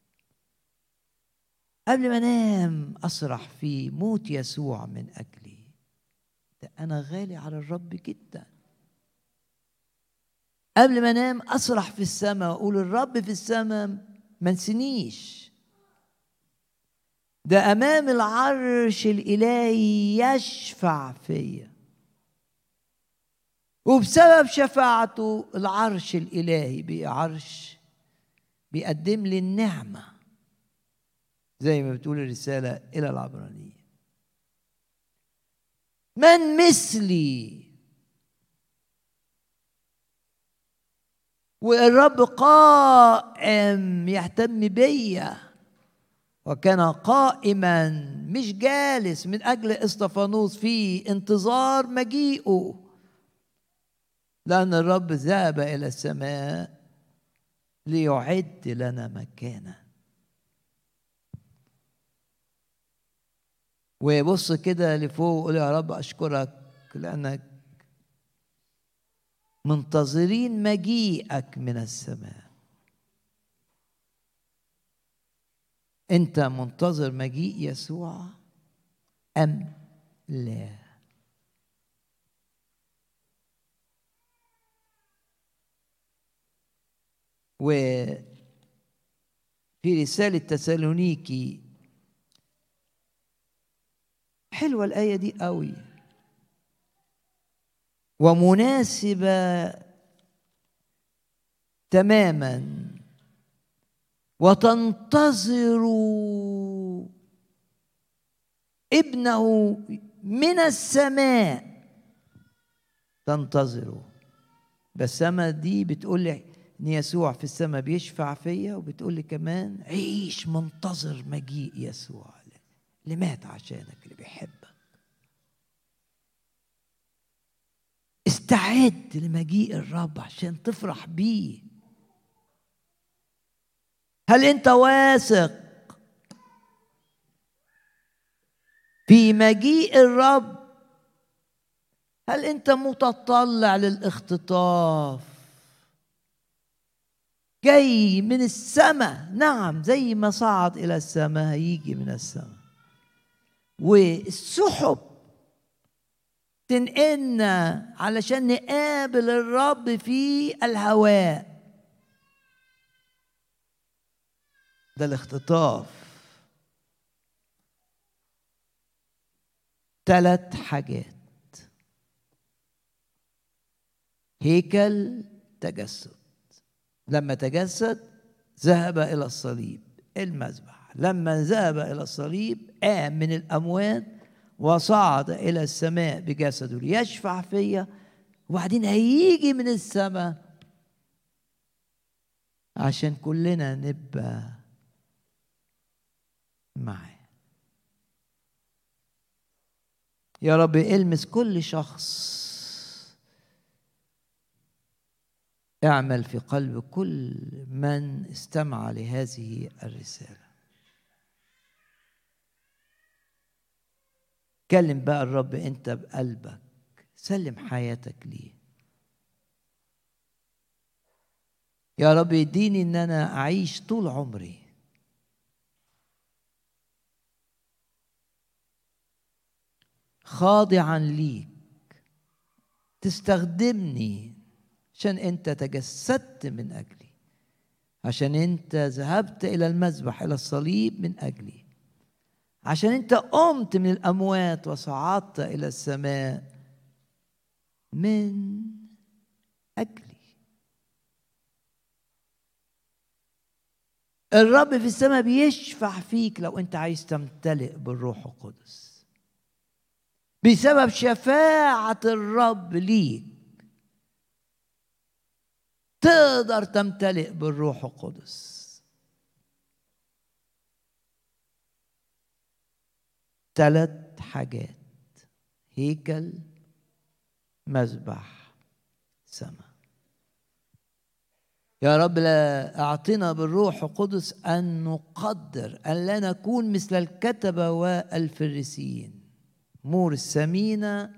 Speaker 1: قبل ما أنام أسرح في موت يسوع من أجلي. ده أنا غالي على الرب جدا. قبل ما أنام أسرح في السماء وأقول الرب في السماء ما نسينيش. ده أمام العرش الإلهي يشفع فيا، وبسبب شفاعته العرش الإلهي بقى عرش بيقدم لي النعمة، زي ما بتقول الرسالة إلى العبرانيين: من مثلي. والرب قائم يهتم بيا، وكان قائما مش جالس من أجل اسطفانوس في انتظار مجيئه، لأن الرب ذهب إلى السماء ليعد لنا مكانا. وبص كده لفوق وقول يا رب أشكرك لأنك منتظرين مجيئك من السماء. أنت منتظر مجيء يسوع أم لا؟ وفي رسالة تسالونيكي حلوة الآية دي قوي ومناسبة تماما. وتنتظر ابنه من السماء، تنتظره. بس السماء دي بتقول لي ان يسوع في السماء بيشفع فيا، وبتقول لي كمان عيش منتظر مجيء يسوع اللي مات عشانك، اللي بيحبك. استعد لمجيء الرب عشان تفرح بيه. هل انت واثق في مجيء الرب؟ هل انت متطلع للاختطاف جاي من السماء؟ نعم، زي ما صعد الى السماء هيجي من السماء، والسحب تنقلنا علشان نقابل الرب في الهواء. ده الاختطاف. ثلاث حاجات: هيكل، تجسد. لما تجسد ذهب إلى الصليب، المذبح. لما ذهب إلى الصليب قام من الأموات وصعد إلى السماء بجسده ليشفع فيا، وبعدين هيجي من السماء عشان كلنا نبقى معاه. يا رب المس كل شخص، اعمل في قلب كل من استمع لهذه الرسالة. كلم بقى الرب انت بقلبك، سلم حياتك ليه. يا رب اديني ان انا اعيش طول عمري خاضعا ليك، تستخدمني عشان انت تجسدت من اجلي، عشان انت ذهبت الى المذبح الى الصليب من اجلي، عشان انت قمت من الاموات وصعدت الى السماء من اجلي. الرب في السماء بيشفع فيك لو انت عايز تمتلئ بالروح القدس. بسبب شفاعة الرب ليك تقدر تمتلئ بالروح القدس. ثلاث حاجات: هيكل، مذبح، سماء. يا رب لا أعطنا بالروح القدس أن نقدر أن لا نكون مثل الكتبة والفريسيين، أمور الثمينة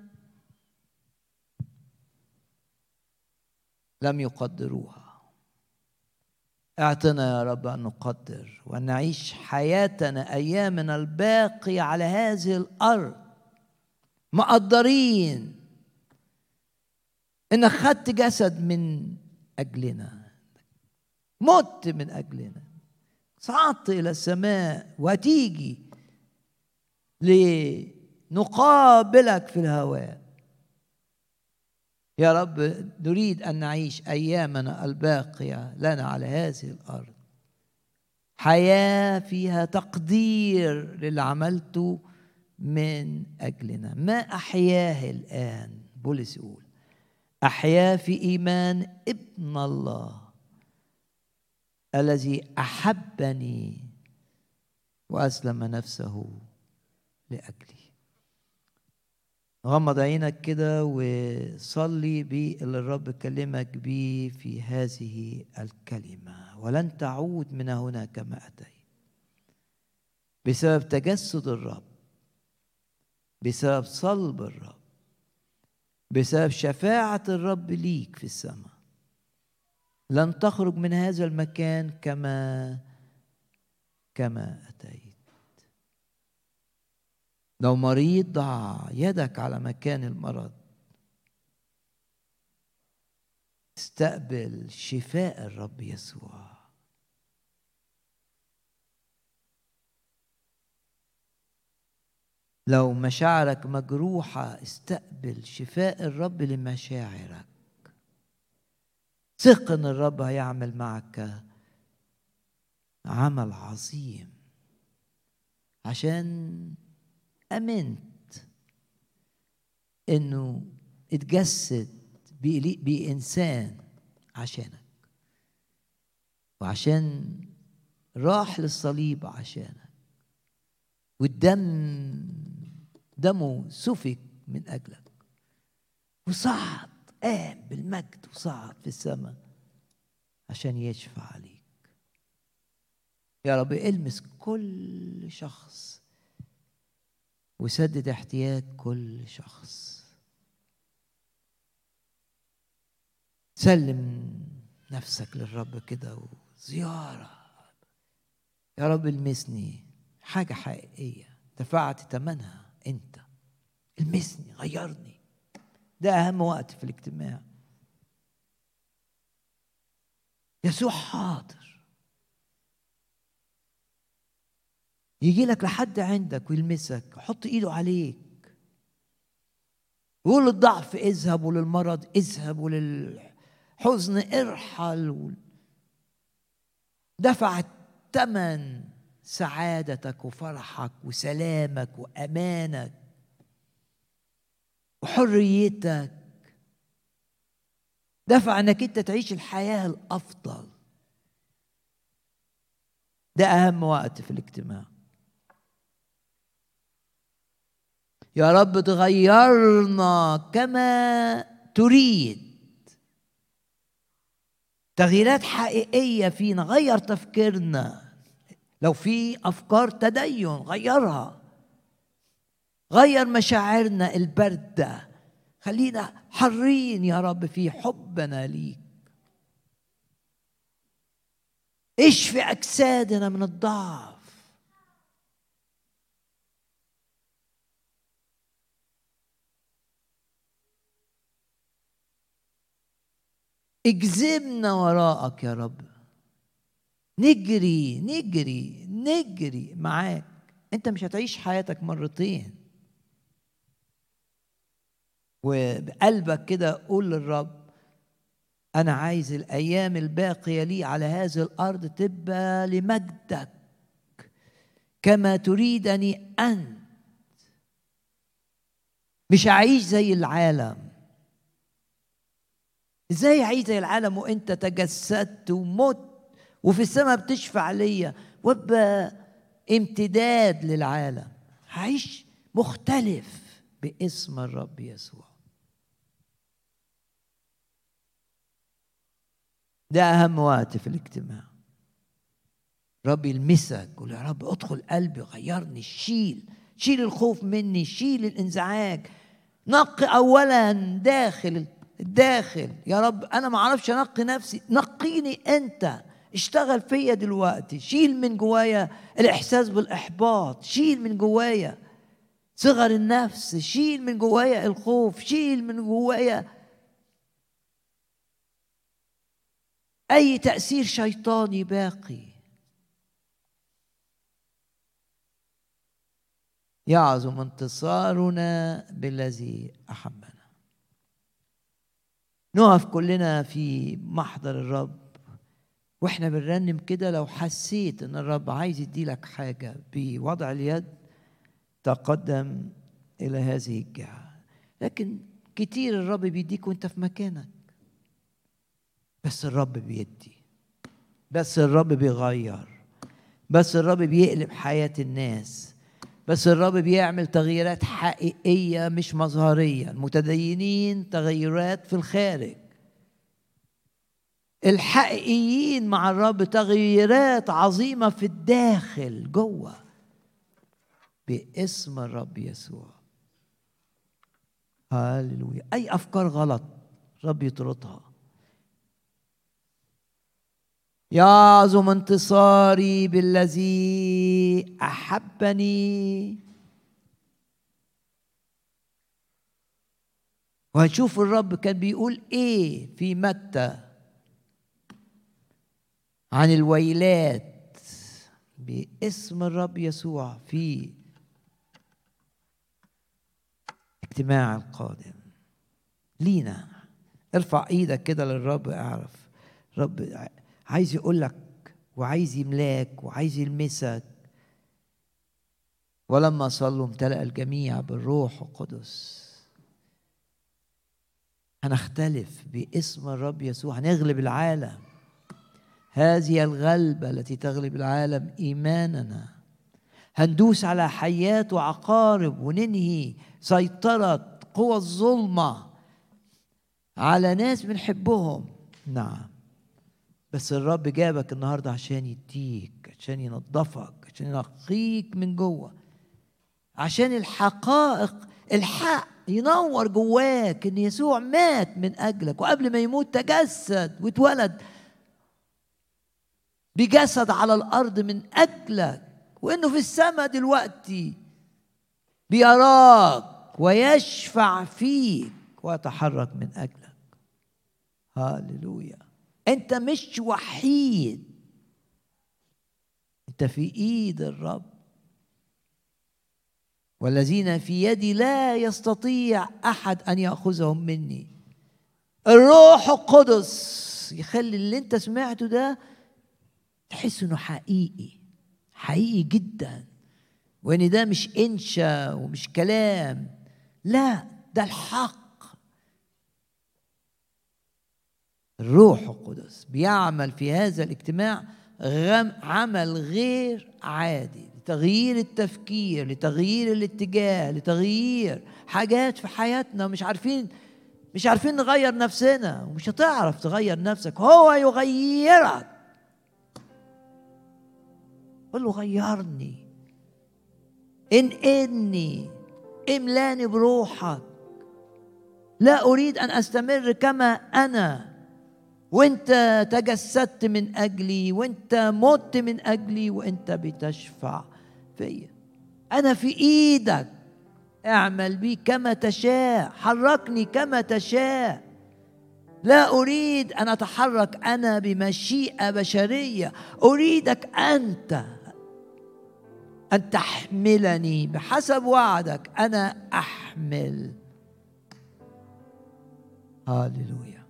Speaker 1: لم يقدروها. اعطنا يا رب أن نقدر وأن نعيش حياتنا أيامنا الباقية على هذه الأرض مقدرين إنك خدت جسد من أجلنا، مت من أجلنا، صعدت إلى السماء وتيجي لنقابلك في الهواء. يا رب نريد أن نعيش أيامنا الباقية لنا على هذه الأرض حياة فيها تقدير للي عملته من أجلنا. ما أحياه الآن، بولس يقول أحياه في إيمان ابن الله الذي أحبني وأسلم نفسه لأجلي. غمض عينك كده وصلي باللي الرب كلمك بيه في هذه الكلمة. ولن تعود من هنا كما أتيت، بسبب تجسد الرب بسبب صلب الرب، بسبب شفاعة الرب ليك في السماء، لن تخرج من هذا المكان كما كما أتيت. لو مريض ضع يدك على مكان المرض، استقبل شفاء الرب يسوع. لو مشاعرك مجروحة استقبل شفاء الرب لمشاعرك. ثق ان الرب هيعمل معك عمل عظيم، عشان امنت انه اتجسد بإنسان عشانك، وعشان راح للصليب عشانك، والدم دمه سفك من أجلك، وصعد قام بالمجد وصعد في السماء عشان يشفع عليك. يا رب المس كل شخص وسدد احتياج كل شخص. سلم نفسك للرب كده وزيارة. يا رب المسني، حاجة حقيقية دفعت ثمنها انت، المسني غيرني. ده اهم وقت في الاجتماع. يسوع حاضر، يجي لك لحد عندك ويلمسك، يحط ايده عليك ويقول للضعف اذهب، وللمرض اذهب، وللحزن ارحل. دفع الثمن سعادتك وفرحك وسلامك وأمانك وحريتك. دفع انك انت تعيش الحياة الأفضل. ده أهم وقت في الاجتماع. يا رب تغيرنا كما تريد، تغييرات حقيقية فينا. غير تفكيرنا، لو في أفكار تدين غيرها. غير مشاعرنا الباردة، خلينا حرين يا رب في حبنا ليك. اشفي أجسادنا من الضعف. اجذبنا وراءك يا رب، نجري نجري نجري معاك. انت مش هتعيش حياتك مرتين. وبقلبك كده قول للرب انا عايز الايام الباقية لي على هذه الارض تبقى لمجدك كما تريدني انت. مش هعيش زي العالم. ازاي اعيش زي العالم وانت تجسدت ومت وفي السماء بتشفع ليا وابقى امتداد للعالم؟ هعيش مختلف باسم الرب يسوع. ده اهم وقت في الاجتماع. رب يلمسك، قول يا رب ادخل قلبي غيرني، شيل شيل الخوف مني، شيل الانزعاج. نقي اولا داخل الداخل. يا رب انا ما اعرفش انقي نفسي، نقيني انت. اشتغل فيا دلوقتي. شيل من جوايا الاحساس بالاحباط، شيل من جوايا صغر النفس، شيل من جوايا الخوف، شيل من جوايا اي تأثير شيطاني باقي. يعظم انتصارنا بالذي احبنا. نقف كلنا في محضر الرب واحنا بنرنم كده. لو حسيت ان الرب عايز يديلك حاجة بوضع اليد، تقدم الى هذه الجهة. لكن كتير الرب بيديك وانت في مكانك. بس الرب بيدي، بس الرب بيغير، بس الرب بيقلب حياة الناس، بس الرب بيعمل تغييرات حقيقية مش مظهرية. المتدينين تغيرات في الخارج، الحقيقيين مع الرب تغييرات عظيمة في الداخل جوه باسم الرب يسوع. هاللويا. أي أفكار غلط رب يطردها. يعظم انتصاري بالذي أحبني. وهنشوف الرب كان بيقول إيه في متى عن الويلات باسم الرب يسوع في اجتماع القادم لينا. ارفع ايدك كده للرب، اعرف رب عايز يقول لك وعايز يملاك وعايز يلمسك. ولما صلوا امتلأ الجميع بالروح القدس. هنختلف باسم الرب يسوع، هنغلب العالم. هذه الغلبة التي تغلب العالم إيماننا. هندوس على حيات وعقارب وننهي سيطرة قوى الظلمة على ناس بنحبهم. نعم، بس الرب جابك النهاردة عشان يديك، عشان ينظفك، عشان ينقيك من جوه، عشان الحقائق الحق ينور جواك ان يسوع مات من اجلك، وقبل ما يموت تجسد واتولد بجسد على الارض من اجلك، وانه في السماء دلوقتي بيراك ويشفع فيك ويتحرك من اجلك. هاللويا. انت مش وحيد، انت في ايد الرب. والذين في يدي لا يستطيع احد ان ياخذهم مني. الروح القدس يخلي اللي انت سمعته ده تحس انه حقيقي، حقيقي جدا، وان ده مش انشا ومش كلام، لا ده الحق. الروح القدس بيعمل في هذا الاجتماع عمل غير عادي لتغيير التفكير، لتغيير الاتجاه، لتغيير حاجات في حياتنا. مش عارفين مش عارفين نغير نفسنا، ومش هتعرف تغير نفسك، هو يغيرك. قل له غيرني، انقلني، املاني بروحك. لا أريد أن أستمر كما أنا، وانت تجسدت من أجلي، وانت مت من أجلي، وانت بتشفع فيا. أنا في إيدك، اعمل بي كما تشاء، حركني كما تشاء. لا أريد أن أتحرك أنا بمشيئة بشرية، أريدك أنت أن تحملني بحسب وعدك. أنا أحمل. هاللويا.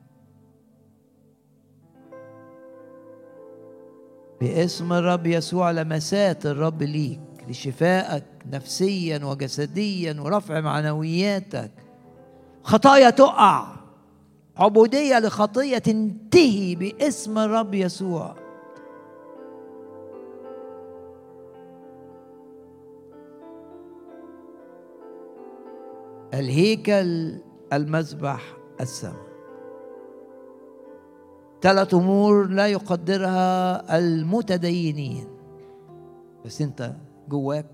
Speaker 1: باسم الرب يسوع لمسات الرب ليك لشفائك نفسيا وجسديا ورفع معنوياتك. خطايا تقع، عبودية لخطية تنتهي باسم الرب يسوع. الهيكل، المذبح، السماء. ثلاث أمور لا يقدرها المتدينين، بس أنت جواك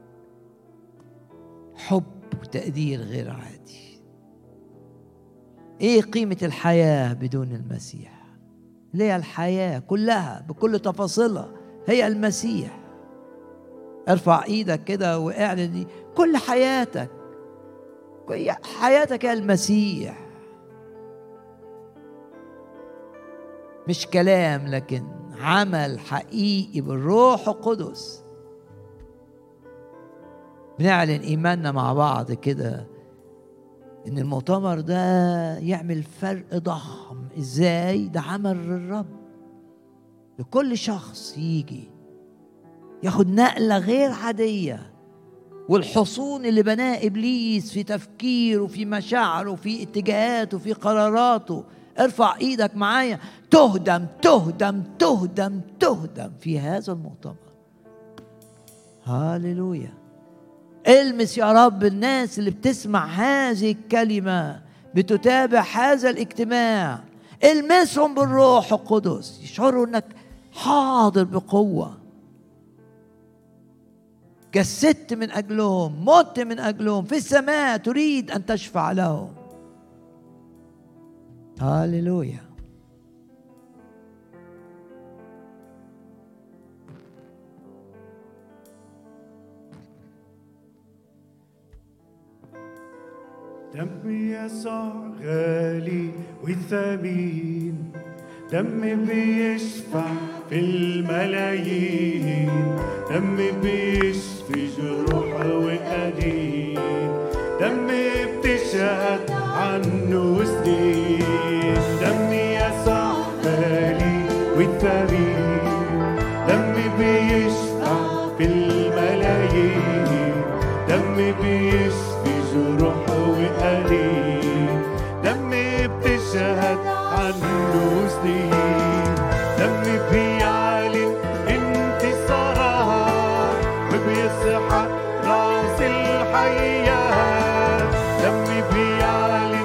Speaker 1: حب وتقدير غير عادي. إيه قيمة الحياة بدون المسيح؟ ليه الحياة كلها بكل تفاصيلها هي المسيح. ارفع ايدك كده واعلن دي كل حياتك، حياتك يا المسيح. مش كلام لكن عمل حقيقي بالروح القدس. بنعلن إيماننا مع بعض كده إن المؤتمر ده يعمل فرق ضخم. إزاي؟ ده عمل الرب لكل شخص يجي ياخد نقلة غير عادية، والحصون اللي بناه إبليس في تفكيره وفي مشاعره وفي اتجاهاته وفي قراراته، ارفع ايدك معايا، تهدم تهدم تهدم تهدم في هذا المؤتمر. هاللويا. المس يا رب الناس اللي بتسمع هذه الكلمة، بتتابع هذا الاجتماع، المسهم بالروح القدس، يشعروا انك حاضر بقوة. جسدت من أجلهم، مت من أجلهم، في السماء تريد أن تشفع لهم. هاليلويا.
Speaker 2: دم يسوع غالي والثمين، دم بيشفع في الملايين، دم بيشفي جروح وأنين، دم بتشهد عنه سنين. دم يسوع غالي والثمين، دم بيشفع في الملايين، دم بيشفي جروح وأنين، دم بتشهد عنه سنين. دم بيعلن انتصارات وبيسحق راس الحيات، دم بيعلن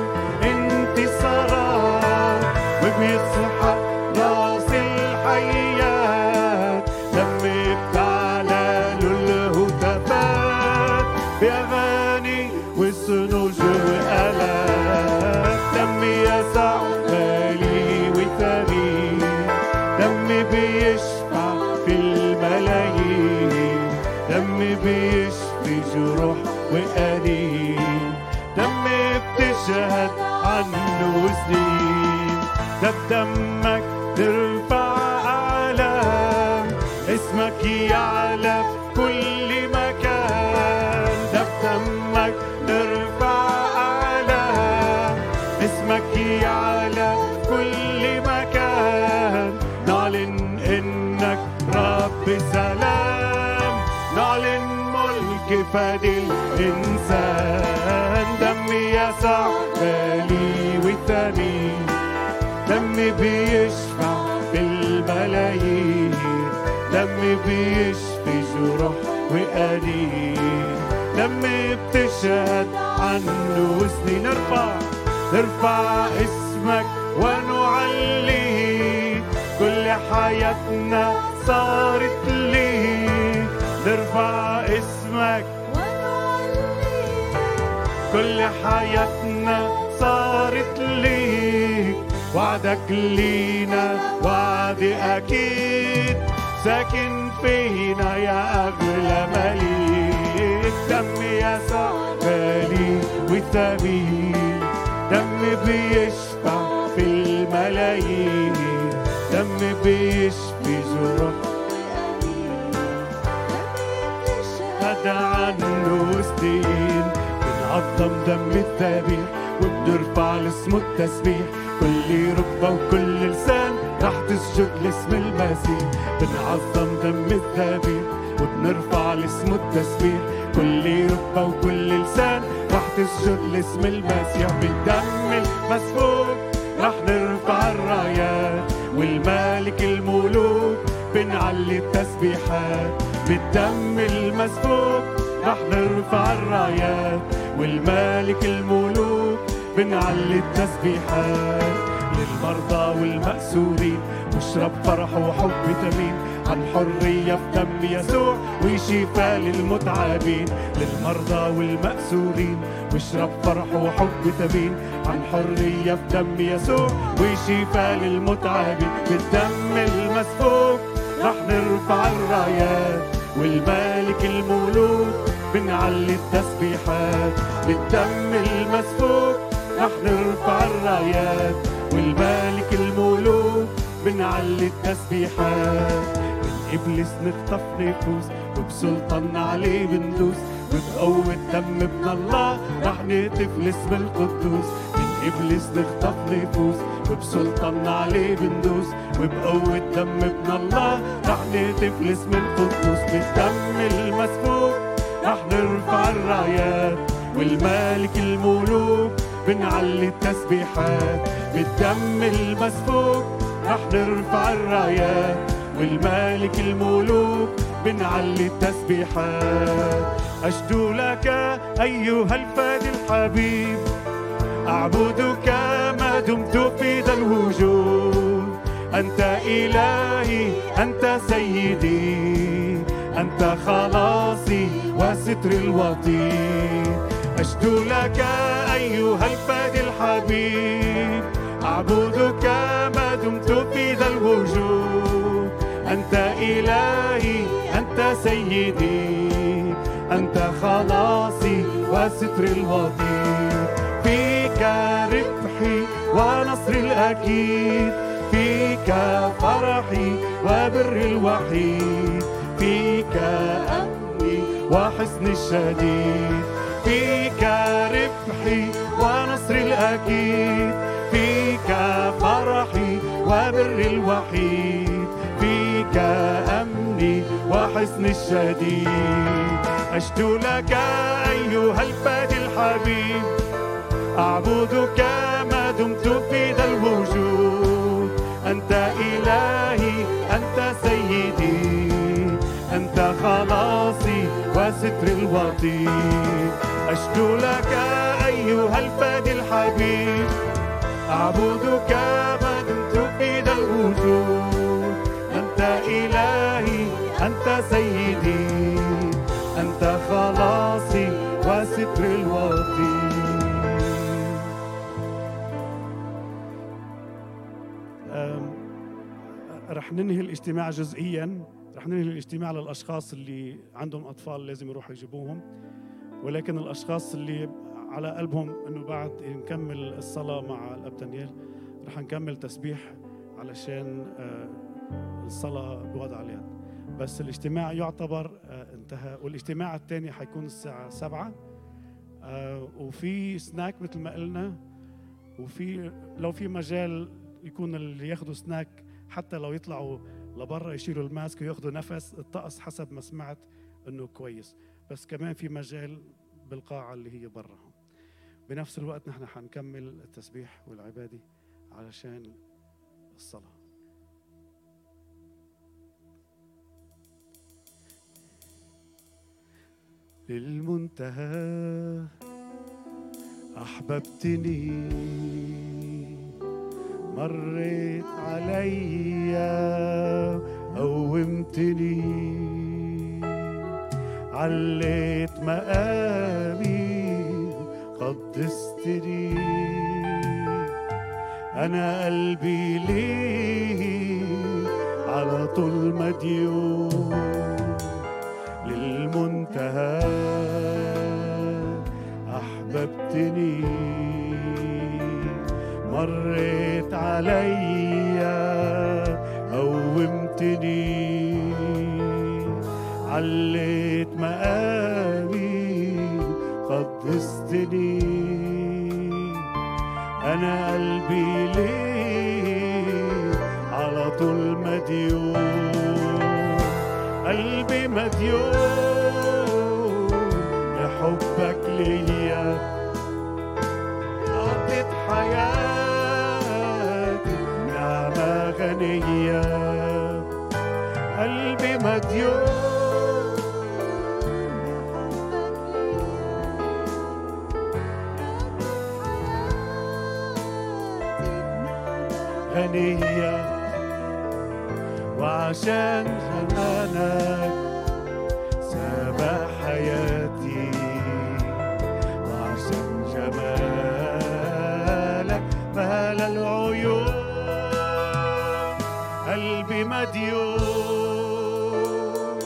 Speaker 2: انتصارات وبيسحق راس الحيات، دم بتعلى له الهتافات بأغاني والسنوج وآلات. دم يسوع غالي وثمين، دم بيشفع في الملايين، دم بيشفي جروح وأنين، دم بتشهد عنه سنين. ده بدمك ترفع أعلام، اسمك يعلى في كل مكان. ده بدمك ترفع أعلام، اسمك يعلى في كل مكان. نعلن إنك رب سلام، نعلن ملك فادي الإنسان. دم يسوع غالي وثمين، دم بيشفع في الملايين، دم بيشفي جروح وأنين، دم بتشهد عنه سنين. نرفع نرفع اسمك ونعليك، كل حياتنا صارت ليك. نرفع اسمك ونعليك، كل حياتنا صارت ليك. وعدك لينا وعد أكيد، ساكن فينا يا أغلى مليك. دم يسوع غالي وثمين، دم بيشفع في الملايين، دم بيشفي جروح هدى عنه سنين. بنعظم دم الذبيح وبنرفع لاسمه التسبيح، كل ركبة وكل لسان رح تسجد لاسم المسيح. بنعظم دم الذبيح وبنرفع لاسمه التسبيح، كل ركبة وكل لسان رح تسجد لاسم المسيح. بالدم المسفوك رح نرفع الرايات، والمالك الملوك بنعلي التسبيحات. بالدم المسفوك رح نرفع الرايات، والمالك الملوك بنعلي التسبيحات. للمرضى والمأسورين واشرب فرح وحب تمين، عن حرية في دم يسوع وشفاء للمتعبين. للمرضى والمأسورين واشرب فرح وحب تمين، عن حرية في دم يسوع وشفاء للمتعبين. بالدم المسفوك رح نرفع الرايات، والمالك الملوك بنعلي التسبيحات. بالدم المسفوك رح نرفع الرايات، والمالك الملوك بنعلي التسبيحات. من إبليس نخطف نفوس وبسلطان عليه بندوس، وبقوة دم ابن الله رح نهتف لاسم القدوس. من إبليس نخطف نفوس وبسلطان عليه بندوس، وبقوة دم ابن الله رح نهتف لاسم القدوس. بالدم المسفوك رح نرفع الرايات، والمالك الملوك بنعلي التسبيحات. بالدم المسفوك رح نرفع الرايات، والمالك الملوك بنعلي التسبيحات. أشدو لك أيها الفادي الحبيب، أعبدك ما دمت في ذا الوجود. أنت إلهي، أنت سيدي، أنت خلاصي وستر الوطيد. أشدو لك أيها الفادي الحبيب، أعبدك ما دمت في ذا الوجود. أنت إلهي أنت سيدي، أنت خلاصي وستر الوطيد. فيك ربحي ونصري الأكيد، فيك فرحي وبر الوحيد، فيك أمني وحسن الشديد. فيك ربحي ونصري الأكيد، فيك فرحي وبر الوحيد، فيك أمني وحسن الشديد. أشدو لك أيها الفادي الحبيب، أعبدك ما دمت في ذا الوجود. أنت إلهي أنت سيدي، أنت خلاصي وستر الوطيد. أشدو لك أيها الفادي الحبيب، أعبدك ما دمت في ذا الوجود. أنت إلهي أنت سيدي، أنت خلاصي وستر الوطيد. رح ننهي الاجتماع جزئياً، رح ننهي الاجتماع للأشخاص اللي عندهم أطفال لازم يروحوا يجيبوهم، ولكن الأشخاص اللي على قلبهم إنه بعد نكمل الصلاة مع الأب دانيال رح نكمل تسبيح علشان الصلاة بوضع اليد. بس الاجتماع يعتبر انتهى، والاجتماع الثاني حيكون الساعة سبعة، وفي سناك مثل ما قلنا، وفي لو في مجال يكون اللي ياخدوا سناك حتى لو يطلعوا لبرا يشيلوا الماسك وياخدوا نفس. الطقس حسب ما سمعت انه كويس، بس كمان في مجال بالقاعة اللي هي برا. بنفس الوقت نحن حنكمل التسبيح والعبادة علشان الصلاة. للمنتهى أحببتني، مريت عليا قومتني، عليت مقامي قدستني. أنا قلبي ليك على طول مديون. للمنتهى أحببتني، مريت عليا قومتني، عليت مقامي قدستني. أنا قلبي ليك على طول مديون، قلبي مديون لحبك ليا. قضيت حياتي نعمة غنية، قلبي مديون غنية، وعشان جمالك سابع حياتي، وعشان جمالك مال العيون، قلبي مديون.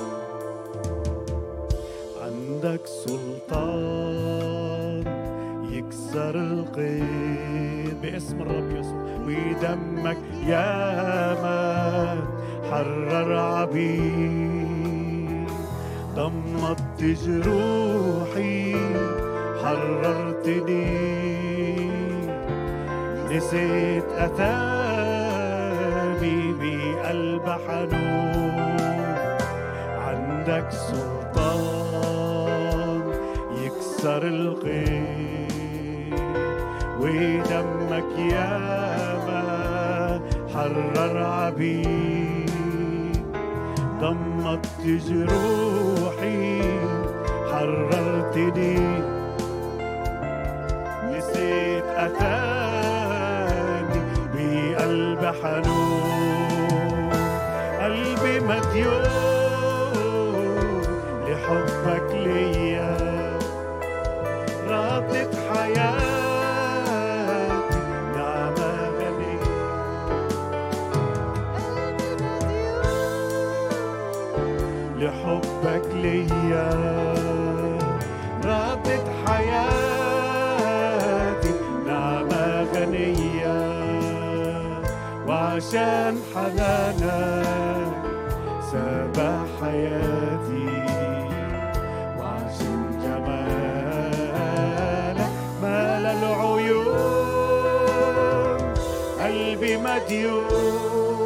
Speaker 2: عندك سلطان يكسر القيد باسم الرب يسوع، ودمك ياما حرر عبيد. ضمت جروحي حررتني، نسيت أثامي بقلب حنون. عندك سلطان يكسر القيد، ودمك ياما حرر عبيد. ضمت جروحي حررتني، نسيت أثامي بقلب حنون. قلبي مديون لحبك ليا ردت حياتي نعمة غنية لحبك ليا ردت حياتي نعمة غنية وعشان حنانك سبح حياتي وعشان جمالك مال العيون قلبي مديون